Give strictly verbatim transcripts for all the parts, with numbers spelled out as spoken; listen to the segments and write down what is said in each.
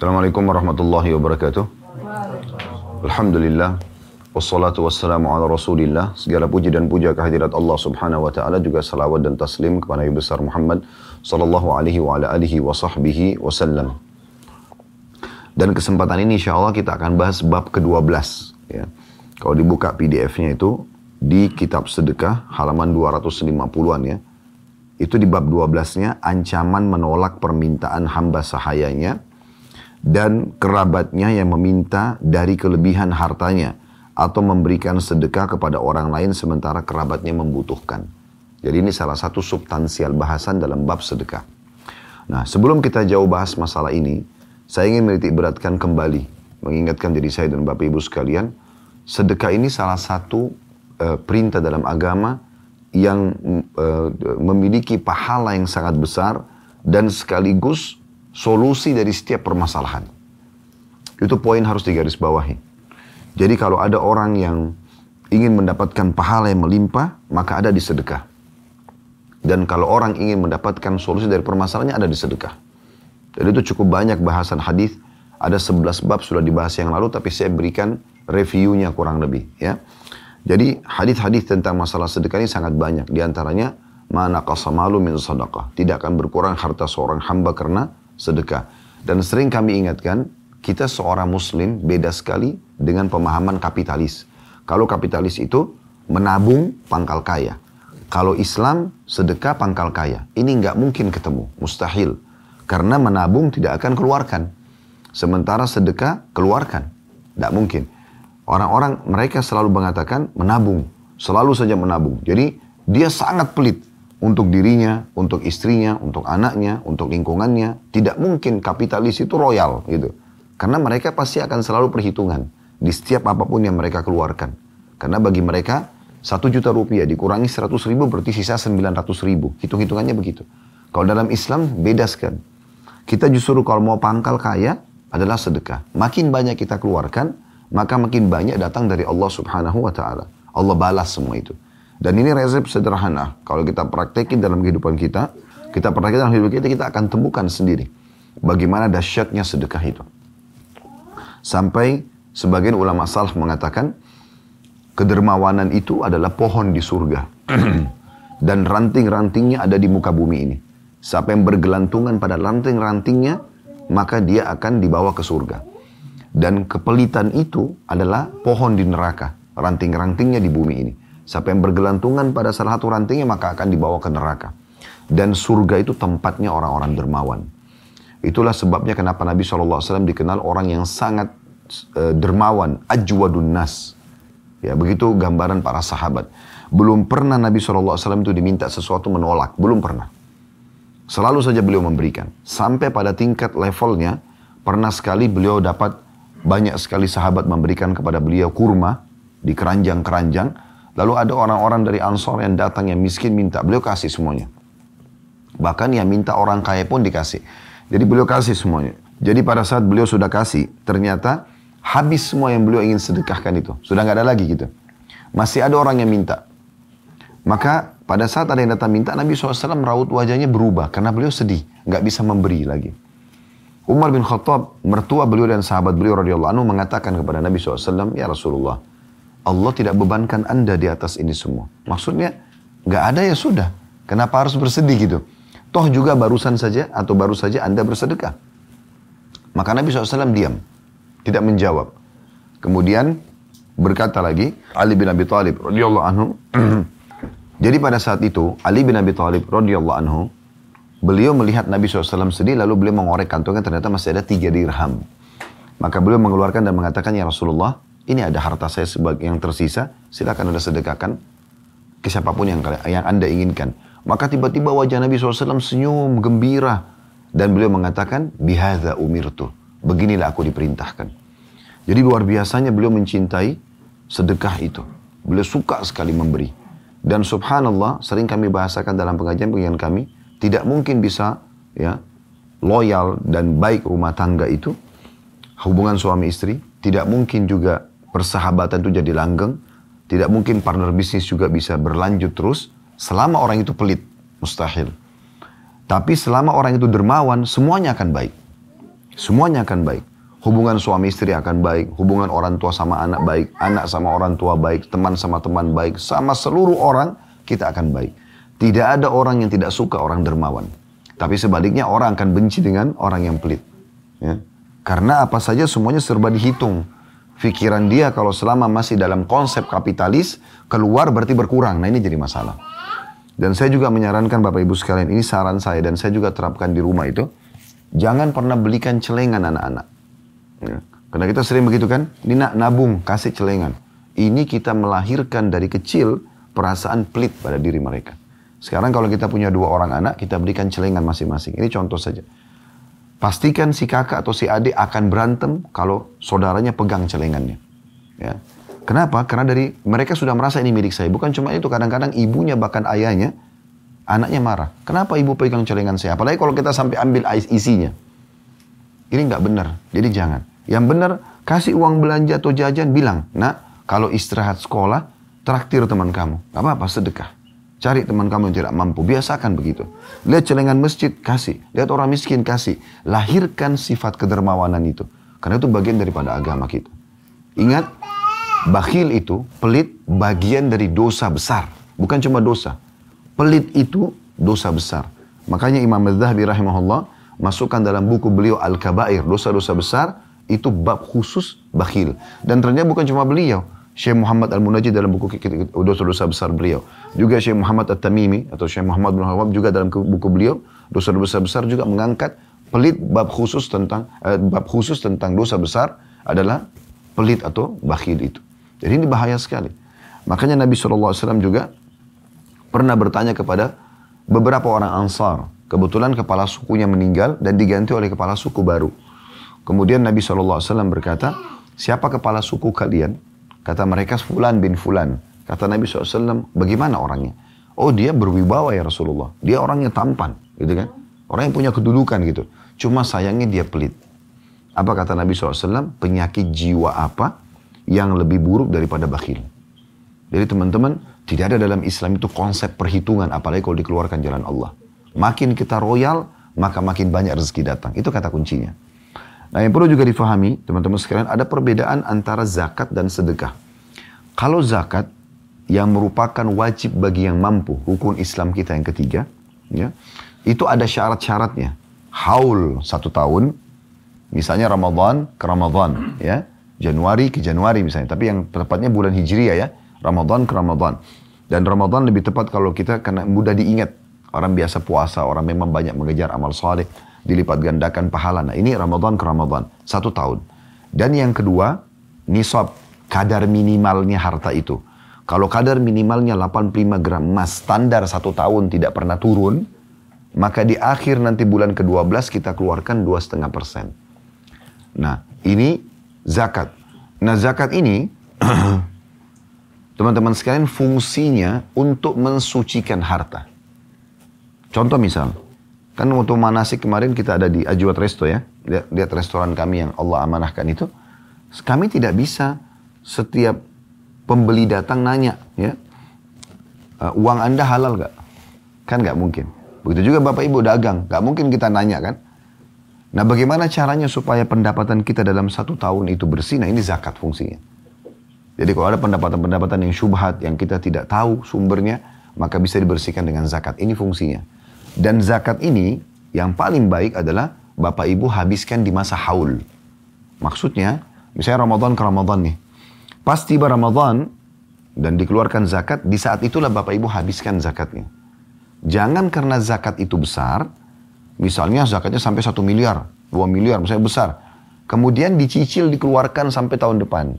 Assalamualaikum warahmatullahi wabarakatuh. Alhamdulillah. Wassalatu wassalamu ala rasulillah. Segala puji dan puja kehadirat Allah subhanahu wa ta'ala. Juga salawat dan taslim kepada Nabi besar Muhammad sallallahu alaihi wa ala alihi wa sahbihi wasallam. Dan kesempatan ini insya Allah kita akan bahas bab kedua belas. Ya. Kalau dibuka P D F-nya itu di kitab sedekah halaman dua ratus lima puluhan ya. Itu di bab dua belas-nya ancaman menolak permintaan hamba sahayanya dan kerabatnya yang meminta dari kelebihan hartanya atau memberikan sedekah kepada orang lain sementara kerabatnya membutuhkan. Jadi ini salah satu substansial bahasan dalam bab sedekah. Nah, sebelum kita jauh bahas masalah ini, saya ingin menitik beratkan kembali, mengingatkan diri saya dan Bapak Ibu sekalian, sedekah ini salah satu uh, perintah dalam agama yang uh, memiliki pahala yang sangat besar dan sekaligus solusi dari setiap permasalahan. Itu poin harus digarisbawahi. Jadi kalau ada orang yang ingin mendapatkan pahala yang melimpah, maka ada di sedekah. Dan kalau orang ingin mendapatkan solusi dari permasalahannya, ada di sedekah. Dan itu cukup banyak bahasan hadis. Ada sebelas bab sudah dibahas yang lalu, tapi saya berikan reviewnya kurang lebih. Ya. Jadi hadis-hadis tentang masalah sedekah ini sangat banyak. Di antaranya, ma naqasa malu min sadaqah. Tidak akan berkurang harta seorang hamba karena sedekah. Dan sering kami ingatkan, kita seorang muslim beda sekali dengan pemahaman kapitalis. Kalau kapitalis itu menabung pangkal kaya. Kalau Islam sedekah pangkal kaya. Ini nggak mungkin ketemu, mustahil. Karena menabung tidak akan keluarkan. Sementara sedekah keluarkan. Nggak mungkin. Orang-orang mereka selalu mengatakan menabung. Selalu saja menabung. Jadi dia sangat pelit. Untuk dirinya, untuk istrinya, untuk anaknya, untuk lingkungannya. Tidak mungkin kapitalis itu royal gitu. Karena mereka pasti akan selalu perhitungan. Di setiap apapun yang mereka keluarkan. Karena bagi mereka, satu juta rupiah dikurangi seratus ribu berarti sisa sembilan ratus ribu. Hitung-hitungannya begitu. Kalau dalam Islam beda sekali. Kita justru kalau mau pangkal kaya adalah sedekah. Makin banyak kita keluarkan, maka makin banyak datang dari Allah subhanahu wa ta'ala. Allah balas semua itu. Dan ini resep sederhana. Kalau kita praktekin dalam kehidupan kita, kita praktekin dalam kehidupan kita, kita akan temukan sendiri. Bagaimana dahsyatnya sedekah itu. Sampai sebagian ulama salaf mengatakan, kedermawanan itu adalah pohon di surga. Dan ranting-rantingnya ada di muka bumi ini. Siapa yang bergelantungan pada ranting-rantingnya, maka dia akan dibawa ke surga. Dan kepelitan itu adalah pohon di neraka. Ranting-rantingnya di bumi ini. Siapa yang bergelantungan pada salah satu rantingnya maka akan dibawa ke neraka. Dan surga itu tempatnya orang-orang dermawan. Itulah sebabnya kenapa Nabi shallallahu alaihi wasallam dikenal orang yang sangat uh, dermawan. Ajwadun nas. Ya, begitu gambaran para sahabat. Belum pernah Nabi shallallahu alaihi wasallam itu diminta sesuatu menolak. Belum pernah. Selalu saja beliau memberikan. Sampai pada tingkat levelnya, pernah sekali beliau dapat banyak sekali sahabat memberikan kepada beliau kurma di keranjang-keranjang. Lalu ada orang-orang dari Ansor yang datang yang miskin minta, beliau kasih semuanya. Bahkan yang minta orang kaya pun dikasih. Jadi beliau kasih semuanya. Jadi pada saat beliau sudah kasih, ternyata habis semua yang beliau ingin sedekahkan itu. Sudah nggak ada lagi gitu. Masih ada orang yang minta. Maka pada saat ada yang datang minta, Nabi shallallahu alaihi wasallam raut wajahnya berubah. Karena beliau sedih, nggak bisa memberi lagi. Umar bin Khattab, mertua beliau dan sahabat beliau radhiyallahu anhu mengatakan kepada Nabi shallallahu alaihi wasallam, ya Rasulullah, Allah tidak bebankan anda di atas ini semua. Maksudnya, nggak ada ya sudah. Kenapa harus bersedih gitu? Toh juga barusan saja atau baru saja anda bersedekah. Maka Nabi shallallahu alaihi wasallam diam. Tidak menjawab. Kemudian berkata lagi, Ali bin Abi Thalib radhiyallahu anhu. Jadi pada saat itu, Ali bin Abi Thalib radhiyallahu anhu, beliau melihat Nabi shallallahu alaihi wasallam sedih, lalu beliau mengorek kantongnya, ternyata masih ada tiga dirham. Maka beliau mengeluarkan dan mengatakan, ya Rasulullah, ini ada harta saya sebagai yang tersisa, silakan anda sedekahkan ke siapapun yang, yang anda inginkan. Maka tiba-tiba wajah Nabi shallallahu alaihi wasallam senyum, gembira. Dan beliau mengatakan, bihadza umirtu. Beginilah aku diperintahkan. Jadi luar biasanya beliau mencintai sedekah itu. Beliau suka sekali memberi. Dan subhanallah, sering kami bahasakan dalam pengajian-pengajian kami, tidak mungkin bisa ya loyal dan baik rumah tangga itu, hubungan suami istri, tidak mungkin juga persahabatan itu jadi langgeng, tidak mungkin partner bisnis juga bisa berlanjut terus, selama orang itu pelit, mustahil. Tapi selama orang itu dermawan, semuanya akan baik. Semuanya akan baik. Hubungan suami istri akan baik, hubungan orang tua sama anak baik, anak sama orang tua baik, teman sama teman baik, sama seluruh orang kita akan baik. Tidak ada orang yang tidak suka orang dermawan. Tapi sebaliknya orang akan benci dengan orang yang pelit. Ya. Karena apa saja semuanya serba dihitung. Pikiran dia kalau selama masih dalam konsep kapitalis, keluar berarti berkurang. Nah ini jadi masalah. Dan saya juga menyarankan Bapak Ibu sekalian, ini saran saya dan saya juga terapkan di rumah itu. Jangan pernah belikan celengan anak-anak. Ya. Karena kita sering begitu kan, ini nak nabung, kasih celengan. Ini kita melahirkan dari kecil perasaan pelit pada diri mereka. Sekarang kalau kita punya dua orang anak, kita berikan celengan masing-masing. Ini contoh saja. Pastikan si kakak atau si adik akan berantem kalau saudaranya pegang celengannya. Ya. Kenapa? Karena dari mereka sudah merasa ini milik saya. Bukan cuma itu, kadang-kadang ibunya bahkan ayahnya, anaknya marah. Kenapa ibu pegang celengan saya? Apalagi kalau kita sampai ambil isinya. Ini nggak benar, jadi jangan. Yang benar, kasih uang belanja atau jajan, bilang, nak, kalau istirahat sekolah, traktir teman kamu. Gak apa-apa, sedekah. Cari teman kamu yang tidak mampu, biasakan begitu. Lihat celengan masjid, kasih. Lihat orang miskin, kasih. Lahirkan sifat kedermawanan itu. Karena itu bagian daripada agama kita. Ingat, bakhil itu, pelit, bagian dari dosa besar. Bukan cuma dosa. Pelit itu dosa besar. Makanya Imam Az-Zahabi rahimahullah, masukkan dalam buku beliau Al-Kabair, dosa-dosa besar, itu bab khusus bakhil. Dan ternyata bukan cuma beliau. Syekh Muhammad Al-Munajjid dalam buku dosa-dosa besar beliau. Juga Syekh Muhammad At-Tamimi atau Syekh Muhammad bin Wahab juga dalam buku beliau dosa-dosa besar juga mengangkat pelit bab khusus tentang eh, bab khusus tentang dosa besar adalah pelit atau bakhil itu. Jadi ini bahaya sekali. Makanya Nabi shallallahu alaihi wasallam juga pernah bertanya kepada beberapa orang Ansar. Kebetulan kepala sukunya meninggal dan diganti oleh kepala suku baru. Kemudian Nabi shallallahu alaihi wasallam berkata, siapa kepala suku kalian? Kata mereka, Fulan bin Fulan. Kata Nabi shallallahu alaihi wasallam, bagaimana orangnya? Oh, dia berwibawa ya Rasulullah. Dia orangnya tampan, gitu kan? Orang yang punya kedudukan gitu. Cuma sayangnya dia pelit. Apa kata Nabi shallallahu alaihi wasallam? Penyakit jiwa apa yang lebih buruk daripada bakhil? Jadi teman-teman, tidak ada dalam Islam itu konsep perhitungan, apalagi kalau dikeluarkan jalan Allah. Makin kita royal, maka makin banyak rezeki datang. Itu kata kuncinya. Nah yang perlu juga difahami, teman-teman sekalian, ada perbedaan antara zakat dan sedekah. Kalau zakat, yang merupakan wajib bagi yang mampu, rukun Islam kita yang ketiga, ya, itu ada syarat-syaratnya. Haul satu tahun, misalnya Ramadan ke Ramadan, ya, Januari ke Januari misalnya. Tapi yang tepatnya bulan Hijriah ya, Ramadan ke Ramadan. Dan Ramadan lebih tepat kalau kita karena mudah diingat. Orang biasa puasa, orang memang banyak mengejar amal saleh, dilipat gandakan pahala. Nah ini Ramadan ke Ramadan, satu tahun. Dan yang kedua, nisab, kadar minimalnya harta itu. Kalau kadar minimalnya delapan puluh lima gram emas, standar satu tahun tidak pernah turun, maka di akhir nanti bulan ke dua belas kita keluarkan dua koma lima persen. Nah ini zakat. Nah zakat ini, teman-teman sekalian, fungsinya untuk mensucikan harta. Contoh misal, kan waktu manasik kemarin kita ada di Ajwat Resto ya, lihat, lihat restoran kami yang Allah amanahkan itu, kami tidak bisa setiap pembeli datang nanya, ya, uh, uang Anda halal gak? Kan gak mungkin. Begitu juga Bapak Ibu dagang, gak mungkin kita nanya kan? Nah bagaimana caranya supaya pendapatan kita dalam satu tahun itu bersih? Nah ini zakat fungsinya. Jadi kalau ada pendapatan-pendapatan yang syubhat, yang kita tidak tahu sumbernya, maka bisa dibersihkan dengan zakat. Ini fungsinya. Dan zakat ini yang paling baik adalah Bapak Ibu habiskan di masa haul. Maksudnya, misalnya Ramadan ke Ramadan nih. Pas tiba Ramadan dan dikeluarkan zakat, di saat itulah Bapak Ibu habiskan zakatnya. Jangan karena zakat itu besar, misalnya zakatnya sampai satu miliar, dua miliar, misalnya besar. Kemudian dicicil dikeluarkan sampai tahun depan.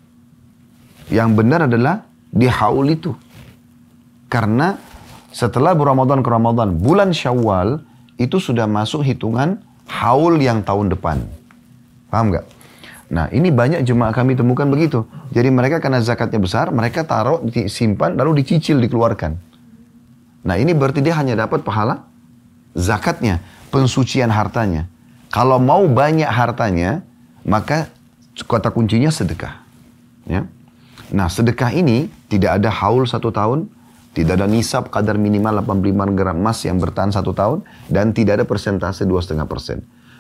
Yang benar adalah di haul itu. Karena setelah Ramadan ke Ramadan, bulan Syawal itu sudah masuk hitungan haul yang tahun depan. Paham nggak? Nah ini banyak jemaah kami temukan begitu. Jadi mereka karena zakatnya besar, mereka taruh, simpan, lalu dicicil, dikeluarkan. Nah ini berarti dia hanya dapat pahala zakatnya, pensucian hartanya. Kalau mau banyak hartanya, maka kata kuncinya sedekah. Ya. Nah sedekah ini tidak ada haul satu tahun, tidak ada nisab kadar minimal delapan puluh lima gram emas yang bertahan satu tahun, dan tidak ada persentase dua koma lima persen.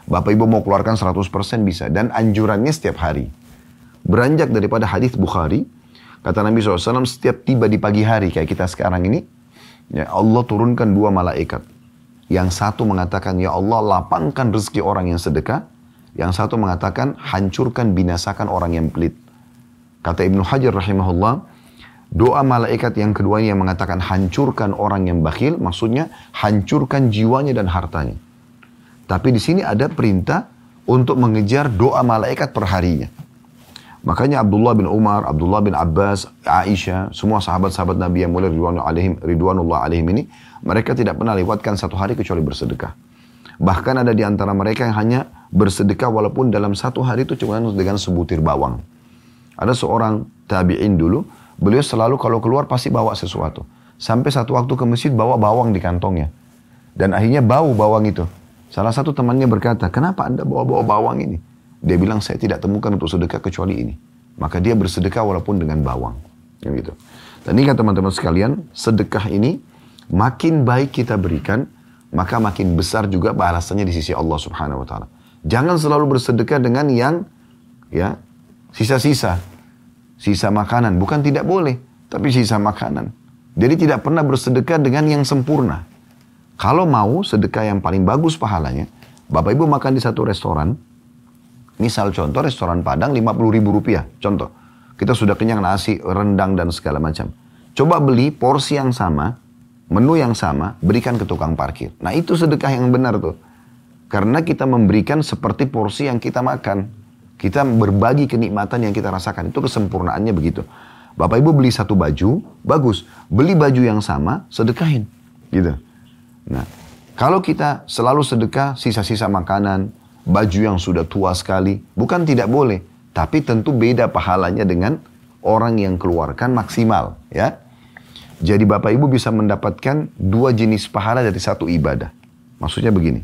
Bapak Ibu mau keluarkan seratus persen bisa. Dan anjurannya setiap hari. Beranjak daripada hadis Bukhari, kata Nabi shallallahu alaihi wasallam, setiap tiba di pagi hari kayak kita sekarang ini, ya Allah turunkan dua malaikat. Yang satu mengatakan, ya Allah lapangkan rezeki orang yang sedekah. Yang satu mengatakan, hancurkan, binasakan orang yang pelit. Kata Ibnu Hajar rahimahullah, doa malaikat yang kedua yang mengatakan hancurkan orang yang bakhil, maksudnya hancurkan jiwanya dan hartanya. Tapi di sini ada perintah untuk mengejar doa malaikat per harinya. Makanya Abdullah bin Umar, Abdullah bin Abbas, Aisyah, semua sahabat-sahabat Nabi yang mulia ridwanullah alaihim, ridwanullah alaihim ini, mereka tidak pernah lewatkan satu hari kecuali bersedekah. Bahkan ada di antara mereka yang hanya bersedekah walaupun dalam satu hari itu cuma dengan sebutir bawang. Ada seorang tabi'in dulu, beliau selalu kalau keluar pasti bawa sesuatu. Sampai satu waktu ke masjid bawa bawang di kantongnya. Dan akhirnya bau bawang itu. Salah satu temannya berkata, kenapa Anda bawa-bawa bawang ini? Dia bilang, saya tidak temukan untuk sedekah kecuali ini. Maka dia bersedekah walaupun dengan bawang. Ya gitu. Dan ini kan teman-teman sekalian, sedekah ini makin baik kita berikan, maka makin besar juga balasannya di sisi Allah Subhanahu wa taala. Jangan selalu bersedekah dengan yang ya sisa-sisa. Sisa makanan, bukan tidak boleh, tapi sisa makanan. Jadi tidak pernah bersedekah dengan yang sempurna. Kalau mau sedekah yang paling bagus pahalanya, Bapak Ibu makan di satu restoran, misal contoh restoran Padang lima puluh ribu rupiah, contoh. Kita sudah kenyang nasi, rendang dan segala macam. Coba beli porsi yang sama, menu yang sama, berikan ke tukang parkir. Nah itu sedekah yang benar tuh. Karena kita memberikan seperti porsi yang kita makan. Kita berbagi kenikmatan yang kita rasakan. Itu kesempurnaannya begitu. Bapak Ibu beli satu baju, bagus. Beli baju yang sama, sedekahin. Gitu. Nah, kalau kita selalu sedekah sisa-sisa makanan, baju yang sudah tua sekali, bukan tidak boleh. Tapi tentu beda pahalanya dengan orang yang keluarkan maksimal. Ya. Jadi Bapak Ibu bisa mendapatkan dua jenis pahala dari satu ibadah. Maksudnya begini.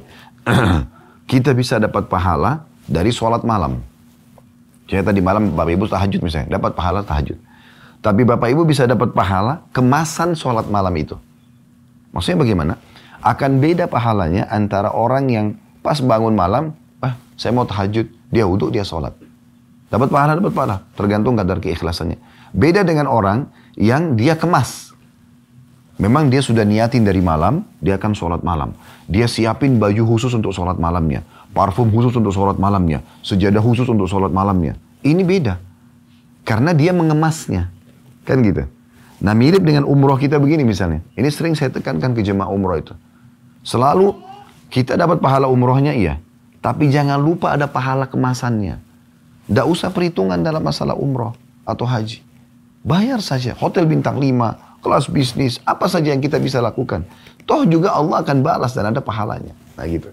Kita bisa dapat pahala dari sholat malam. Jadi tadi malam Bapak Ibu tahajud misalnya, dapat pahala tahajud. Tapi Bapak Ibu bisa dapat pahala kemasan sholat malam itu. Maksudnya bagaimana? Akan beda pahalanya antara orang yang pas bangun malam, ah saya mau tahajud, dia wudhu, dia sholat. Dapat pahala, dapat pahala. Tergantung kadar keikhlasannya. Beda dengan orang yang dia kemas. Memang dia sudah niatin dari malam, dia akan sholat malam. Dia siapin baju khusus untuk sholat malamnya. Parfum khusus untuk sholat malamnya. Sejadah khusus untuk sholat malamnya. Ini beda. Karena dia mengemasnya. Kan gitu. Nah mirip dengan umroh kita begini misalnya. Ini sering saya tekankan ke jemaah umroh itu. Selalu kita dapat pahala umrohnya iya. Tapi jangan lupa ada pahala kemasannya. Tidak usah perhitungan dalam masalah umroh atau haji. Bayar saja. Hotel bintang lima, kelas bisnis, apa saja yang kita bisa lakukan. Toh juga Allah akan balas dan ada pahalanya. Nah gitu.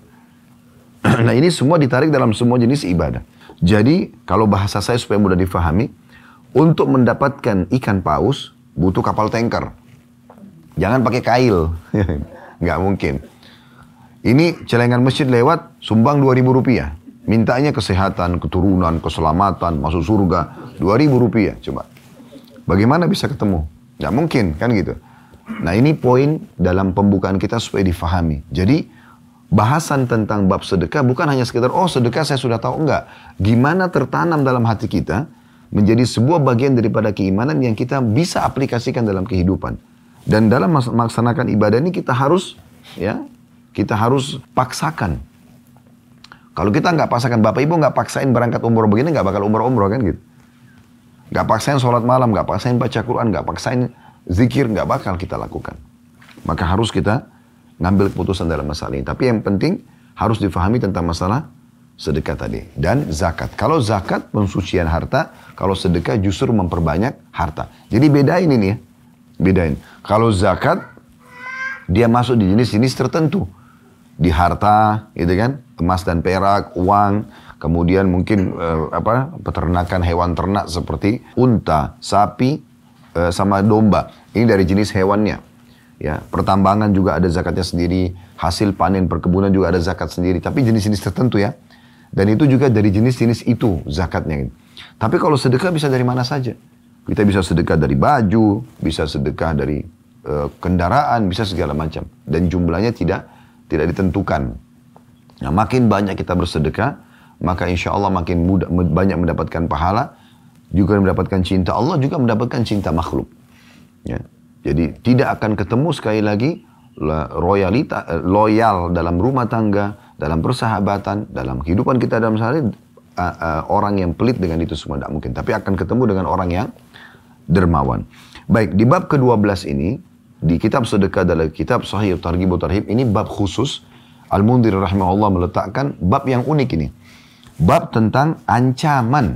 Nah ini semua ditarik dalam semua jenis ibadah. Jadi kalau bahasa saya supaya mudah difahami, untuk mendapatkan ikan paus butuh kapal tanker. Jangan pakai kail. Nggak mungkin. Ini celengan masjid lewat, sumbang dua ribu rupiah. Mintanya kesehatan, keturunan, keselamatan, masuk surga. dua ribu rupiah coba. Bagaimana bisa ketemu? Nggak mungkin kan gitu. Nah ini poin dalam pembukaan kita supaya difahami. Jadi bahasan tentang bab sedekah bukan hanya sekedar, oh sedekah saya sudah tahu. Enggak. Gimana tertanam dalam hati kita menjadi sebuah bagian daripada keimanan yang kita bisa aplikasikan dalam kehidupan. Dan dalam melaksanakan ibadah ini kita harus, ya, kita harus paksakan. Kalau kita nggak paksakan, Bapak Ibu nggak paksain berangkat umroh begini, nggak bakal umroh-umroh kan gitu. Nggak paksain sholat malam, nggak paksain baca Quran, nggak paksain zikir, nggak bakal kita lakukan. Maka harus kita ngambil keputusan dalam masalah ini. Tapi yang penting harus difahami tentang masalah sedekah tadi. Dan zakat. Kalau zakat pensucian harta, kalau sedekah justru memperbanyak harta. Jadi bedain ini ya. Bedain. Kalau zakat, dia masuk di jenis-jenis tertentu. Di harta, gitu kan. Emas dan perak, uang. Kemudian mungkin eh, apa peternakan hewan ternak seperti unta, sapi, eh, sama domba. Ini dari jenis hewannya. Ya, pertambangan juga ada zakatnya sendiri, hasil panen perkebunan juga ada zakat sendiri, tapi jenis-jenis tertentu ya. Dan itu juga dari jenis-jenis itu zakatnya. Tapi kalau sedekah bisa dari mana saja. Kita bisa sedekah dari baju, bisa sedekah dari e, kendaraan, bisa segala macam. Dan jumlahnya tidak tidak ditentukan. Nah, makin banyak kita bersedekah, maka insya Allah makin mudah, banyak mendapatkan pahala, juga mendapatkan cinta Allah, juga mendapatkan cinta makhluk. Ya. Jadi tidak akan ketemu sekali lagi royalita, loyal dalam rumah tangga, dalam persahabatan, dalam kehidupan kita dalam sehari, uh, uh, orang yang pelit dengan itu semua tidak mungkin. Tapi akan ketemu dengan orang yang dermawan. Baik, di bab kedua belas ini, di kitab sedekah dalam kitab Sahih Targhib wa Tarhib, ini bab khusus. Al-Mundhir rahimahullah meletakkan bab yang unik ini. Bab tentang ancaman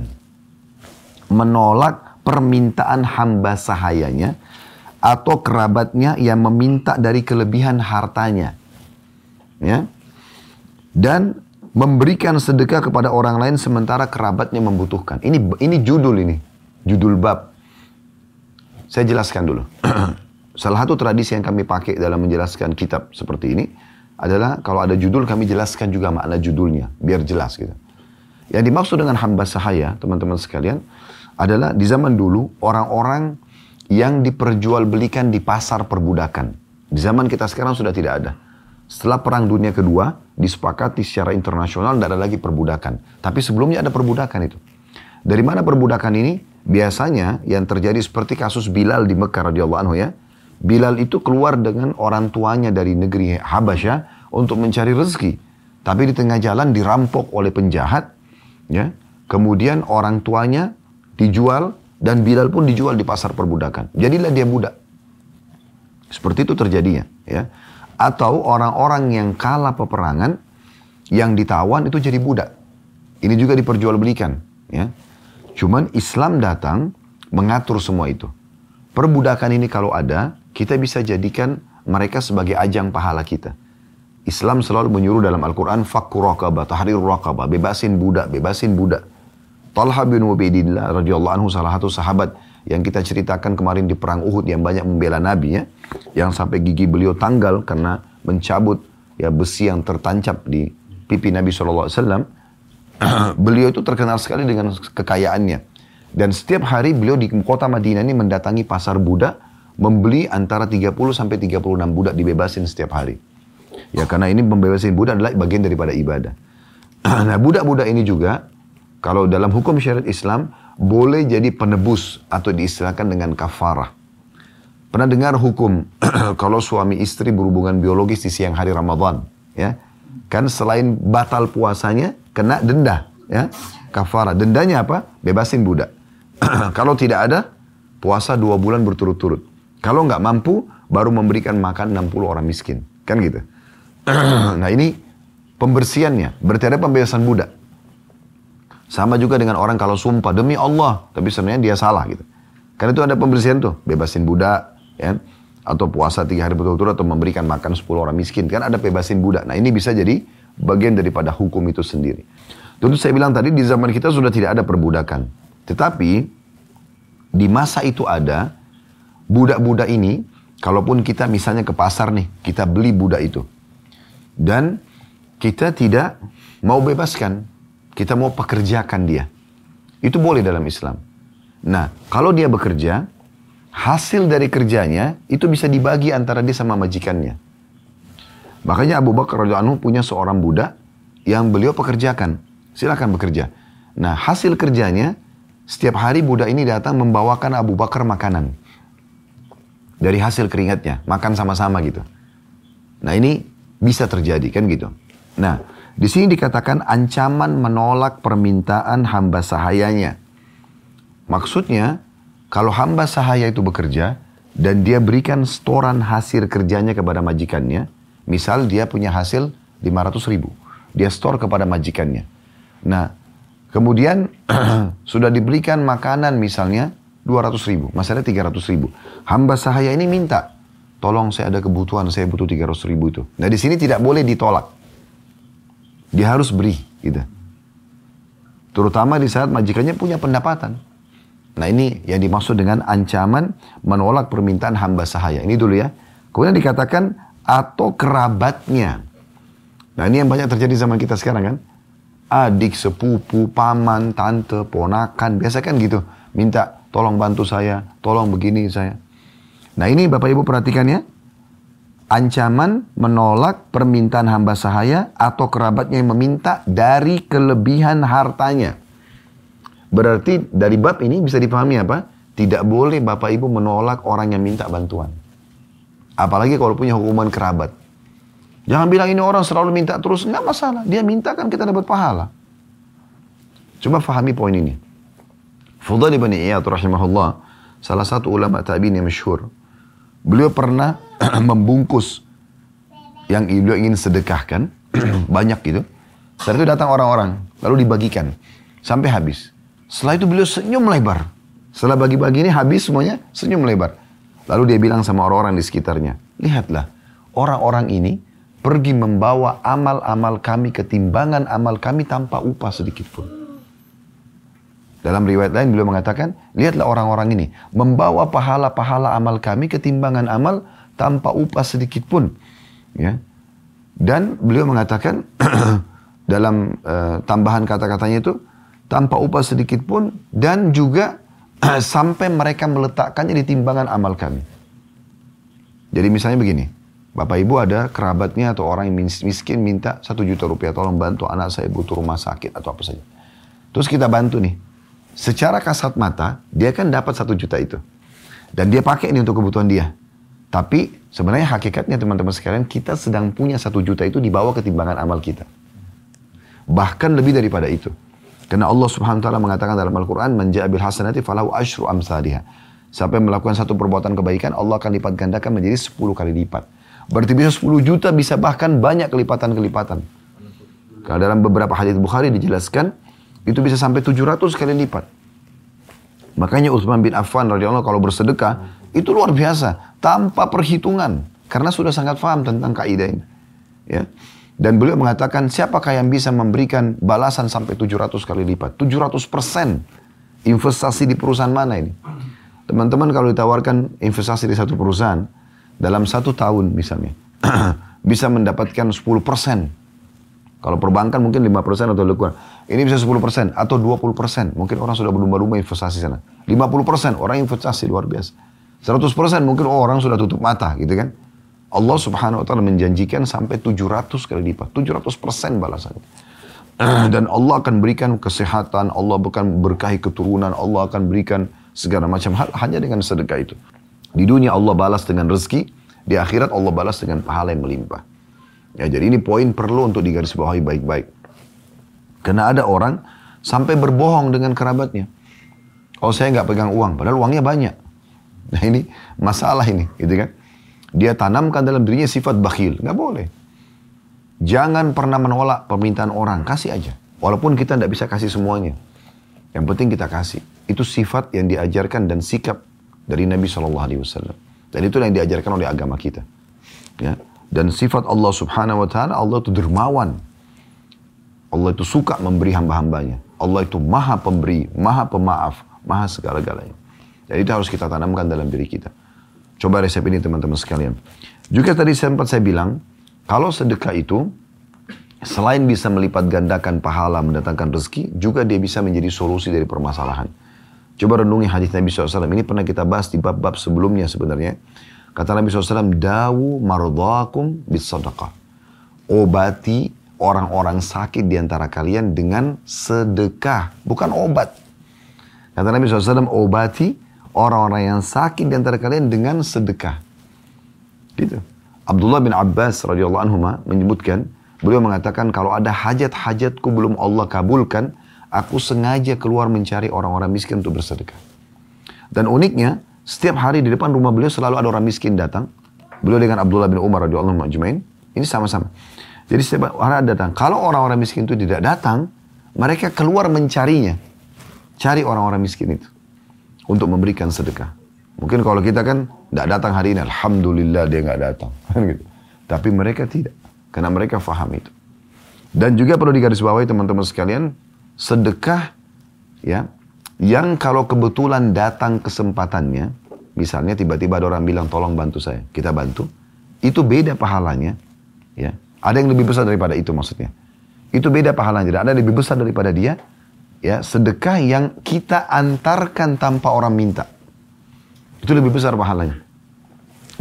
menolak permintaan hamba sahayanya atau kerabatnya yang meminta dari kelebihan hartanya. Ya. Dan memberikan sedekah kepada orang lain sementara kerabatnya membutuhkan. Ini ini judul ini. Judul bab. Saya jelaskan dulu. Salah satu tradisi yang kami pakai dalam menjelaskan kitab seperti ini adalah kalau ada judul kami jelaskan juga makna judulnya. Biar jelas gitu. Yang dimaksud dengan hamba sahaya, teman-teman sekalian, adalah di zaman dulu orang-orang yang diperjualbelikan di pasar perbudakan. Di zaman kita sekarang sudah tidak ada. Setelah Perang Dunia Kedua, disepakati secara internasional tidak ada lagi perbudakan. Tapi sebelumnya ada perbudakan itu. Dari mana perbudakan ini? Biasanya yang terjadi seperti kasus Bilal di Mekah radhiyallahu anhu ya. Bilal itu keluar dengan orang tuanya dari negeri Habasyah untuk mencari rezeki. Tapi di tengah jalan dirampok oleh penjahat. Ya. Kemudian orang tuanya dijual dan Bilal pun dijual di pasar perbudakan. Jadilah dia budak. Seperti itu terjadinya. Ya. Atau orang-orang yang kalah peperangan, yang ditawan itu jadi budak. Ini juga diperjualbelikan. Ya. Cuman Islam datang mengatur semua itu. Perbudakan ini kalau ada, kita bisa jadikan mereka sebagai ajang pahala kita. Islam selalu menyuruh dalam Al-Quran, fakku raqabah, tahrir raqabah, bebasin budak, bebasin budak. Talha bin Ubaidillah radhiyallahu anhu, salah satu sahabat yang kita ceritakan kemarin di perang Uhud yang banyak membela Nabi ya, yang sampai gigi beliau tanggal karena mencabut ya besi yang tertancap di pipi Nabi shallallahu alaihi wasallam. Beliau itu terkenal sekali dengan kekayaannya, dan setiap hari beliau di kota Madinah ini mendatangi pasar budak, membeli antara tiga puluh sampai tiga puluh enam budak dibebasin setiap hari. Ya karena ini membebasin budak adalah bagian daripada ibadah. Nah budak-budak ini juga kalau dalam hukum syariat Islam boleh jadi penebus atau diistilahkan dengan kafarah. Pernah dengar hukum kalau suami istri berhubungan biologis di siang hari Ramadan, ya? Kan selain batal puasanya kena denda, ya? Kafarah. Dendanya apa? Bebasin budak. Kalau tidak ada, puasa dua bulan berturut-turut. Kalau nggak mampu, baru memberikan makan enam puluh orang miskin. Kan gitu. Nah ini pembersihannya. Berarti ada pembebasan budak. Sama juga dengan orang kalau sumpah, demi Allah. Tapi sebenarnya dia salah gitu. Karena itu ada pembersihan tuh. Bebasin budak. Ya. Atau puasa tiga hari berturut-turut. Atau memberikan makan sepuluh orang miskin. Kan ada bebasin budak. Nah ini bisa jadi bagian daripada hukum itu sendiri. Tentu saya bilang tadi di zaman kita sudah tidak ada perbudakan. Tetapi di masa itu ada budak-budak ini, kalaupun kita misalnya ke pasar nih, kita beli budak itu. Dan kita tidak mau bebaskan, kita mau pekerjakan dia. Itu boleh dalam Islam. Nah, kalau dia bekerja, hasil dari kerjanya itu bisa dibagi antara dia sama majikannya. Makanya Abu Bakar radhiyallahu anhu punya seorang budak yang beliau pekerjakan. Silakan bekerja. Nah, hasil kerjanya, setiap hari budak ini datang membawakan Abu Bakar makanan. Dari hasil keringatnya, makan sama-sama gitu. Nah ini bisa terjadi kan gitu. Nah di sini dikatakan ancaman menolak permintaan hamba sahayanya. Maksudnya kalau hamba sahaya itu bekerja dan dia berikan setoran hasil kerjanya kepada majikannya. Misal dia punya hasil lima ratus ribu. Dia store kepada majikannya. Nah kemudian sudah diberikan makanan misalnya dua ratus ribu, masalahnya tiga ratus ribu. Hamba sahaya ini minta, tolong saya ada kebutuhan, saya butuh tiga ratus ribu itu. Nah di sini tidak boleh ditolak. Dia harus beri, gitu. Terutama di saat majikannya punya pendapatan. Nah ini yang dimaksud dengan ancaman menolak permintaan hamba sahaya. Ini dulu ya. Kemudian dikatakan atau kerabatnya. Nah ini yang banyak terjadi zaman kita sekarang kan. Adik, sepupu, paman, tante, ponakan, biasa kan gitu. Minta tolong bantu saya, tolong begini saya. Nah ini Bapak Ibu perhatikan ya. Ancaman menolak permintaan hamba sahaya atau kerabatnya yang meminta dari kelebihan hartanya. Berarti dari bab ini bisa dipahami apa? Tidak boleh bapak ibu menolak orang yang minta bantuan. Apalagi kalau punya hubungan kerabat. Jangan bilang ini orang selalu minta terus. Nggak masalah. Dia minta kan kita dapat pahala. Coba fahami poin ini. Fudail bin Iyad rahimahullah. Salah satu ulama tabi'in yang masyhur. Beliau pernah membungkus yang beliau ingin sedekahkan. Banyak gitu. Setelah itu datang orang-orang. Lalu dibagikan. Sampai habis. Setelah itu beliau senyum lebar. Setelah bagi-bagi ini habis semuanya. Senyum lebar. Lalu dia bilang sama orang-orang di sekitarnya. Lihatlah. Orang-orang ini pergi membawa amal-amal kami, ketimbangan amal kami tanpa upah sedikit pun. Dalam riwayat lain beliau mengatakan, lihatlah orang-orang ini membawa pahala-pahala amal kami, ketimbangan amal tanpa upah sedikit pun. Ya. Dan beliau mengatakan dalam uh, tambahan kata-katanya itu, tanpa upah sedikit pun dan juga sampai mereka meletakkannya di timbangan amal kami. Jadi misalnya begini. Bapak ibu ada kerabatnya atau orang yang miskin minta satu juta rupiah. Tolong bantu anak saya butuh rumah sakit atau apa saja. Terus kita bantu nih. Secara kasat mata dia kan dapat satu juta itu. Dan dia pakai ini untuk kebutuhan dia. Tapi sebenarnya hakikatnya teman-teman sekalian kita sedang punya satu juta itu dibawa ke timbangan amal kita. Bahkan lebih daripada itu. Karena Allah subhanahu wa taala mengatakan dalam Al-Quran. Man ja'a bil hasanati falahu asyru amsalihah. Siapa yang melakukan satu perbuatan kebaikan Allah akan lipat gandakan menjadi sepuluh kali lipat. Berarti bisa sepuluh juta, bisa bahkan banyak kelipatan-kelipatan. Kalau dalam beberapa hadits Bukhari dijelaskan, itu bisa sampai tujuh ratus kali lipat. Makanya Utsman bin Affan radhiyallahu kalau bersedekah, itu luar biasa. Tanpa perhitungan. Karena sudah sangat paham tentang kaidah ini. Ya. Dan beliau mengatakan, siapakah yang bisa memberikan balasan sampai tujuh ratus kali lipat? tujuh ratus persen investasi di perusahaan mana ini? Teman-teman kalau ditawarkan investasi di satu perusahaan, dalam satu tahun misalnya, bisa mendapatkan sepuluh persen. Kalau perbankan mungkin lima persen atau lebih kurang. Ini bisa sepuluh persen atau dua puluh persen. Mungkin orang sudah berlumba-lumba investasi sana. lima puluh persen orang investasi luar biasa. seratus persen mungkin oh, orang sudah tutup mata gitu kan. Allah subhanahu wa ta'ala menjanjikan sampai tujuh ratus kali lipat. tujuh ratus persen balasannya. Dan Allah akan berikan kesehatan, Allah akan berkahi keturunan, Allah akan berikan segala macam hal hanya dengan sedekah itu. Di dunia Allah balas dengan rezeki, di akhirat Allah balas dengan pahala yang melimpah. Ya, jadi ini poin perlu untuk digarisbawahi baik-baik. Karena ada orang sampai berbohong dengan kerabatnya. Oh saya nggak pegang uang, padahal uangnya banyak. Nah ini masalah ini, gitu kan? Dia tanamkan dalam dirinya sifat bakhil, nggak boleh. Jangan pernah menolak permintaan orang, kasih aja. Walaupun kita nggak bisa kasih semuanya. Yang penting kita kasih. Itu sifat yang diajarkan dan sikap dari Nabi shallallahu alaihi wasallam. Dan itu yang diajarkan oleh agama kita. Ya. Dan sifat Allah subhanahu wa ta'ala, Allah itu dermawan. Allah itu suka memberi hamba-hambanya. Allah itu maha pemberi, maha pemaaf, maha segala-galanya. Jadi itu harus kita tanamkan dalam diri kita. Coba resep ini teman-teman sekalian. Juga tadi sempat saya bilang, kalau sedekah itu, selain bisa melipat gandakan pahala, mendatangkan rezeki, juga dia bisa menjadi solusi dari permasalahan. Coba renungi hadis Nabi shallallahu alaihi wasallam. Ini pernah kita bahas di bab-bab sebelumnya sebenarnya. Kata Nabi shallallahu alaihi wasallam, dawu mardhakum bis sadaqah. Obati orang-orang sakit di antara kalian dengan sedekah. Bukan obat. Kata Nabi shallallahu alaihi wasallam, obati orang-orang yang sakit di antara kalian dengan sedekah. Gitu. Abdullah bin Abbas radhiyallahu anhu menyebutkan, beliau mengatakan kalau ada hajat-hajatku belum Allah kabulkan, aku sengaja keluar mencari orang-orang miskin untuk bersedekah. Dan uniknya, setiap hari di depan rumah beliau selalu ada orang miskin datang. Beliau dengan Abdullah bin Umar radhiyallahu anhu ajmain, ini sama-sama. Jadi setiap hari datang. Kalau orang-orang miskin itu tidak datang, mereka keluar mencarinya. Cari orang-orang miskin itu untuk memberikan sedekah. Mungkin kalau kita kan tidak datang hari ini, alhamdulillah dia nggak datang. Tapi mereka tidak, karena mereka faham itu. Dan juga perlu digarisbawahi teman-teman sekalian, sedekah ya, yang kalau kebetulan datang kesempatannya, misalnya tiba-tiba ada orang bilang tolong bantu saya, kita bantu, itu beda pahalanya, ya. Ada yang lebih besar daripada itu maksudnya. Itu beda pahalanya, tidak ada yang lebih besar daripada dia, ya. Sedekah yang kita antarkan tanpa orang minta, itu lebih besar pahalanya, ya.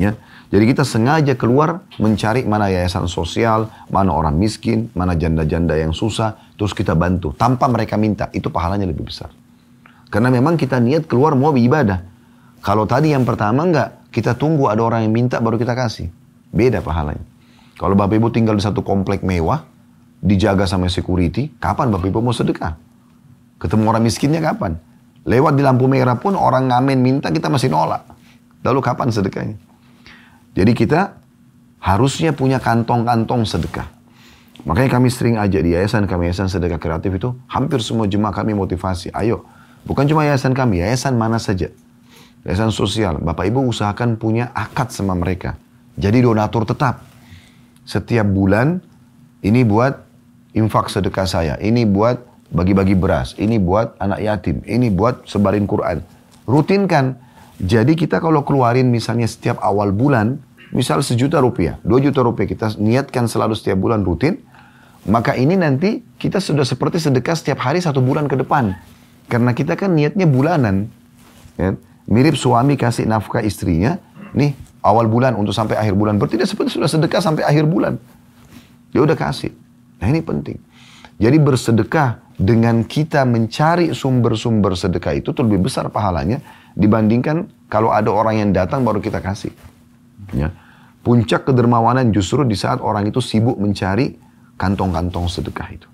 Jadi kita sengaja keluar mencari mana yayasan sosial, mana orang miskin, mana janda-janda yang susah, terus kita bantu. Tanpa mereka minta, itu pahalanya lebih besar. Karena memang kita niat keluar mau ibadah. Kalau tadi yang pertama enggak, kita tunggu ada orang yang minta baru kita kasih. Beda pahalanya. Kalau Bapak Ibu tinggal di satu komplek mewah, dijaga sama security, kapan Bapak Ibu mau sedekah? Ketemu orang miskinnya kapan? Lewat di lampu merah pun orang ngamen minta kita masih nolak. Lalu kapan sedekahnya? Jadi kita harusnya punya kantong-kantong sedekah. Makanya kami sering ajak di yayasan kami, yayasan sedekah kreatif itu, hampir semua jemaah kami motivasi. Ayo, bukan cuma yayasan kami, yayasan mana saja. Yayasan sosial, Bapak Ibu usahakan punya akad sama mereka. Jadi donatur tetap. Setiap bulan, ini buat infak sedekah saya, ini buat bagi-bagi beras, ini buat anak yatim, ini buat sebarin Quran. Rutinkan. Jadi kita kalau keluarin misalnya setiap awal bulan, misal sejuta rupiah, dua juta rupiah, kita niatkan selalu setiap bulan rutin, maka ini nanti kita sudah seperti sedekah setiap hari satu bulan ke depan. Karena kita kan niatnya bulanan. Ya. Mirip suami kasih nafkah istrinya, nih awal bulan untuk sampai akhir bulan. Berarti dia seperti sudah sedekah sampai akhir bulan. Dia udah kasih. Nah ini penting. Jadi bersedekah dengan kita mencari sumber-sumber sedekah itu lebih besar pahalanya dibandingkan kalau ada orang yang datang baru kita kasih. Ya. Puncak kedermawanan justru di saat orang itu sibuk mencari kantong-kantong sedekah itu.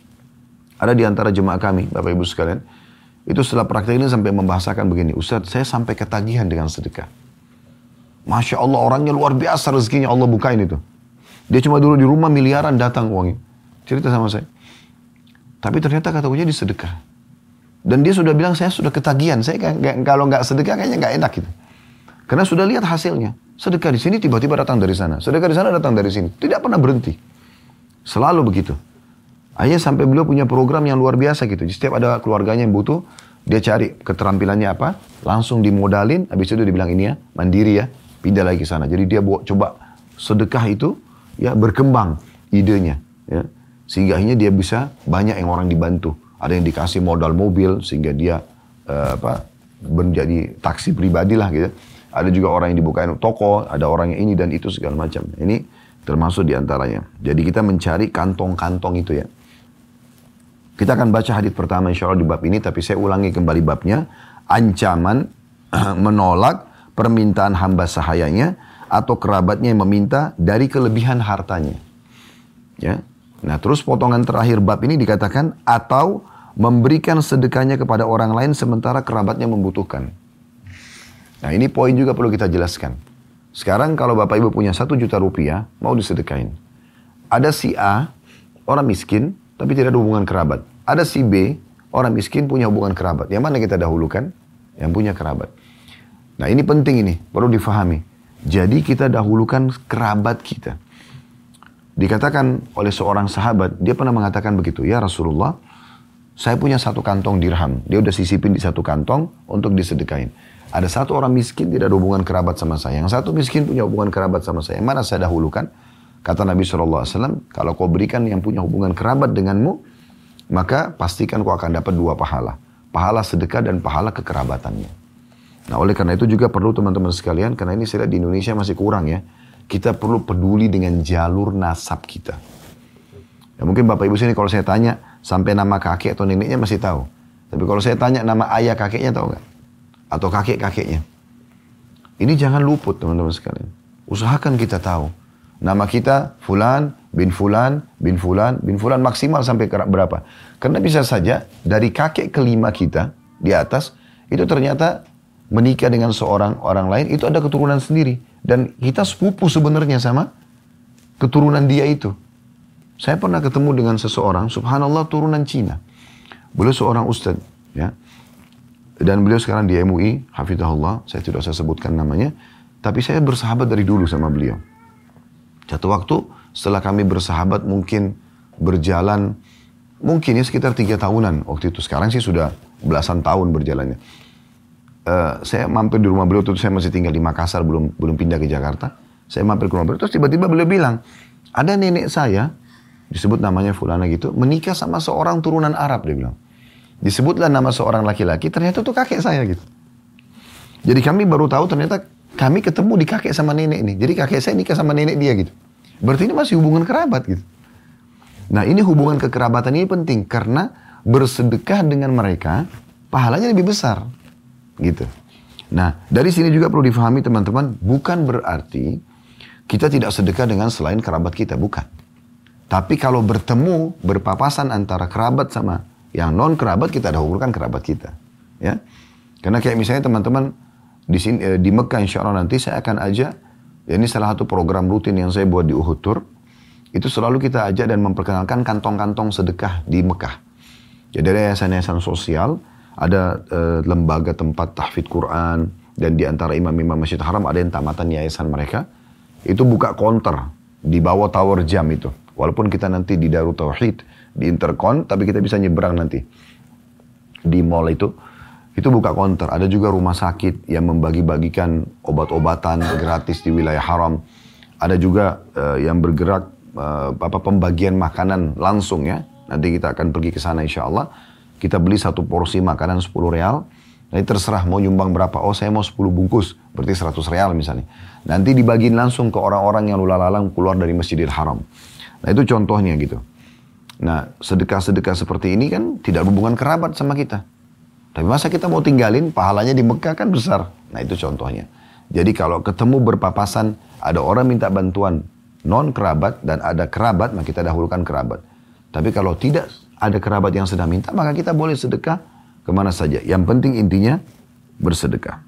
Ada di antara jemaah kami, Bapak Ibu sekalian, itu setelah praktek ini sampai membahasakan begini, Ustaz, saya sampai ketagihan dengan sedekah. Masya Allah, orangnya luar biasa rezekinya Allah bukain itu. Dia cuma dulu di rumah miliaran datang uangnya. Cerita sama saya. Tapi ternyata kata kuncinya di sedekah. Dan dia sudah bilang, saya sudah ketagihan. Saya gak, kalau nggak sedekah kayaknya nggak enak gitu. Karena sudah lihat hasilnya. Sedekah di sini tiba-tiba datang dari sana. Sedekah di sana datang dari sini. Tidak pernah berhenti. Selalu begitu. Akhirnya sampai beliau punya program yang luar biasa gitu. Setiap ada keluarganya yang butuh, dia cari keterampilannya apa, langsung dimodalin, habis itu dia bilang ini ya, mandiri ya, pindah lagi ke sana. Jadi dia bawa, coba sedekah itu ya berkembang idenya. Ya. Sehingga akhirnya dia bisa banyak yang orang dibantu. Ada yang dikasih modal mobil sehingga dia uh, apa menjadi taksi pribadi lah gitu. Ada juga orang yang dibukain toko, ada orang yang ini dan itu segala macam. Ini termasuk diantaranya. Jadi kita mencari kantong-kantong itu ya. Kita akan baca hadis pertama insya Allah di bab ini, tapi saya ulangi kembali babnya. Ancaman menolak permintaan hamba sahayanya atau kerabatnya yang meminta dari kelebihan hartanya. Ya. Nah terus potongan terakhir bab ini dikatakan atau memberikan sedekahnya kepada orang lain sementara kerabatnya membutuhkan. Nah ini poin juga perlu kita jelaskan. Sekarang kalau Bapak Ibu punya satu juta rupiah mau disedekain. Ada si A, orang miskin, tapi tidak ada hubungan kerabat. Ada si B, orang miskin punya hubungan kerabat. Yang mana kita dahulukan? Yang punya kerabat. Nah ini penting ini, perlu difahami. Jadi kita dahulukan kerabat kita. Dikatakan oleh seorang sahabat, dia pernah mengatakan begitu. Ya Rasulullah, saya punya satu kantong dirham. Dia udah sisipin di satu kantong untuk disedekain. Ada satu orang miskin tidak ada hubungan kerabat sama saya. Yang satu miskin punya hubungan kerabat sama saya. Yang mana saya dahulukan? Kata Nabi shallallahu alaihi wasallam, kalau kau berikan yang punya hubungan kerabat denganmu, maka pastikan kau akan dapat dua pahala. Pahala sedekah dan pahala kekerabatannya. Nah oleh karena itu juga perlu teman-teman sekalian, karena ini saya lihat di Indonesia masih kurang ya. Kita perlu peduli dengan jalur nasab kita. Ya mungkin Bapak Ibu sini kalau saya tanya, sampai nama kakek atau neneknya masih tahu. Tapi kalau saya tanya nama ayah kakeknya tahu nggak? Atau kakek-kakeknya. Ini jangan luput teman-teman sekalian. Usahakan kita tahu. Nama kita Fulan, bin Fulan, bin Fulan, bin Fulan maksimal sampai berapa. Karena bisa saja dari kakek kelima kita di atas, itu ternyata menikah dengan seorang orang lain, itu ada keturunan sendiri. Dan kita sepupu sebenarnya sama keturunan dia itu. Saya pernah ketemu dengan seseorang, subhanallah turunan Cina. Beliau seorang ustadz, ya. Dan beliau sekarang di M U I, hafizahullah, saya tidak usah sebutkan namanya. Tapi saya bersahabat dari dulu sama beliau. Satu waktu setelah kami bersahabat mungkin berjalan, mungkin ya sekitar tiga tahunan waktu itu. Sekarang sih sudah belasan tahun berjalannya. Uh, saya mampir di rumah beliau, itu saya masih tinggal di Makassar, belum belum pindah ke Jakarta. Saya mampir ke rumah beliau, terus tiba-tiba beliau bilang, ada nenek saya, disebut namanya Fulana gitu, menikah sama seorang turunan Arab, dia bilang. Disebutlah nama seorang laki-laki, ternyata itu kakek saya gitu. Jadi kami baru tahu ternyata kami ketemu di kakek sama nenek ini. Jadi kakek saya nikah sama nenek dia gitu. Berarti ini masih hubungan kerabat gitu. Nah ini hubungan kekerabatan ini penting karena bersedekah dengan mereka pahalanya lebih besar gitu. Nah dari sini juga perlu difahami teman-teman, bukan berarti kita tidak sedekah dengan selain kerabat kita, bukan. Tapi kalau bertemu berpapasan antara kerabat sama yang non kerabat, kita dahulukan kerabat kita, ya. Karena kayak misalnya teman-teman di sini eh, di Mekah insya Allah nanti saya akan ajak, ya ini salah satu program rutin yang saya buat di Uhud Tour. Itu selalu kita ajak dan memperkenalkan kantong-kantong sedekah di Mekah. Jadi ada yayasan-yayasan sosial, ada e, lembaga tempat tahfidz Quran, dan di antara imam-imam Masjid Haram ada yang tamatan yayasan mereka. Itu buka counter di bawah tower jam itu. Walaupun kita nanti di Darut Tauhid, di Intercon, tapi kita bisa nyebrang nanti. Di mall itu, itu buka counter. Ada juga rumah sakit yang membagi-bagikan obat-obatan gratis di wilayah haram. Ada juga e, yang bergerak apa pembagian makanan langsung ya. Nanti kita akan pergi ke sana insya Allah. Kita beli satu porsi makanan sepuluh real. Nanti terserah mau nyumbang berapa. Oh saya mau sepuluh bungkus. Berarti seratus real misalnya. Nanti dibagiin langsung ke orang-orang yang lula-lalang keluar dari Masjidil Haram. Nah itu contohnya gitu. Nah sedekah-sedekah seperti ini kan tidak hubungan kerabat sama kita. Tapi masa kita mau tinggalin pahalanya di Mekah kan besar. Nah itu contohnya. Jadi kalau ketemu berpapasan ada orang minta bantuan non kerabat dan ada kerabat, maka kita dahulukan kerabat. Tapi kalau tidak ada kerabat yang sedang minta, maka kita boleh sedekah kemana saja. Yang penting intinya bersedekah.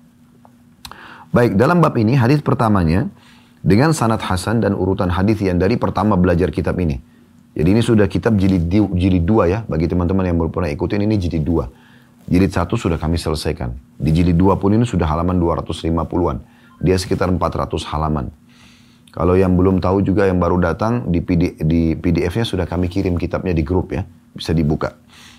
Baik, dalam bab ini hadis pertamanya dengan sanad hasan dan urutan hadis yang dari pertama belajar kitab ini. Jadi ini sudah kitab jilid, jilid dua ya, bagi teman-teman yang belum pernah ikutin ini jilid dua. Jilid satu sudah kami selesaikan. Di jilid dua pun ini sudah halaman dua ratus lima puluhan. Dia sekitar empat ratus halaman. Kalau yang belum tahu juga yang baru datang di, P D, di P D F-nya sudah kami kirim kitabnya di grup ya. Bisa dibuka.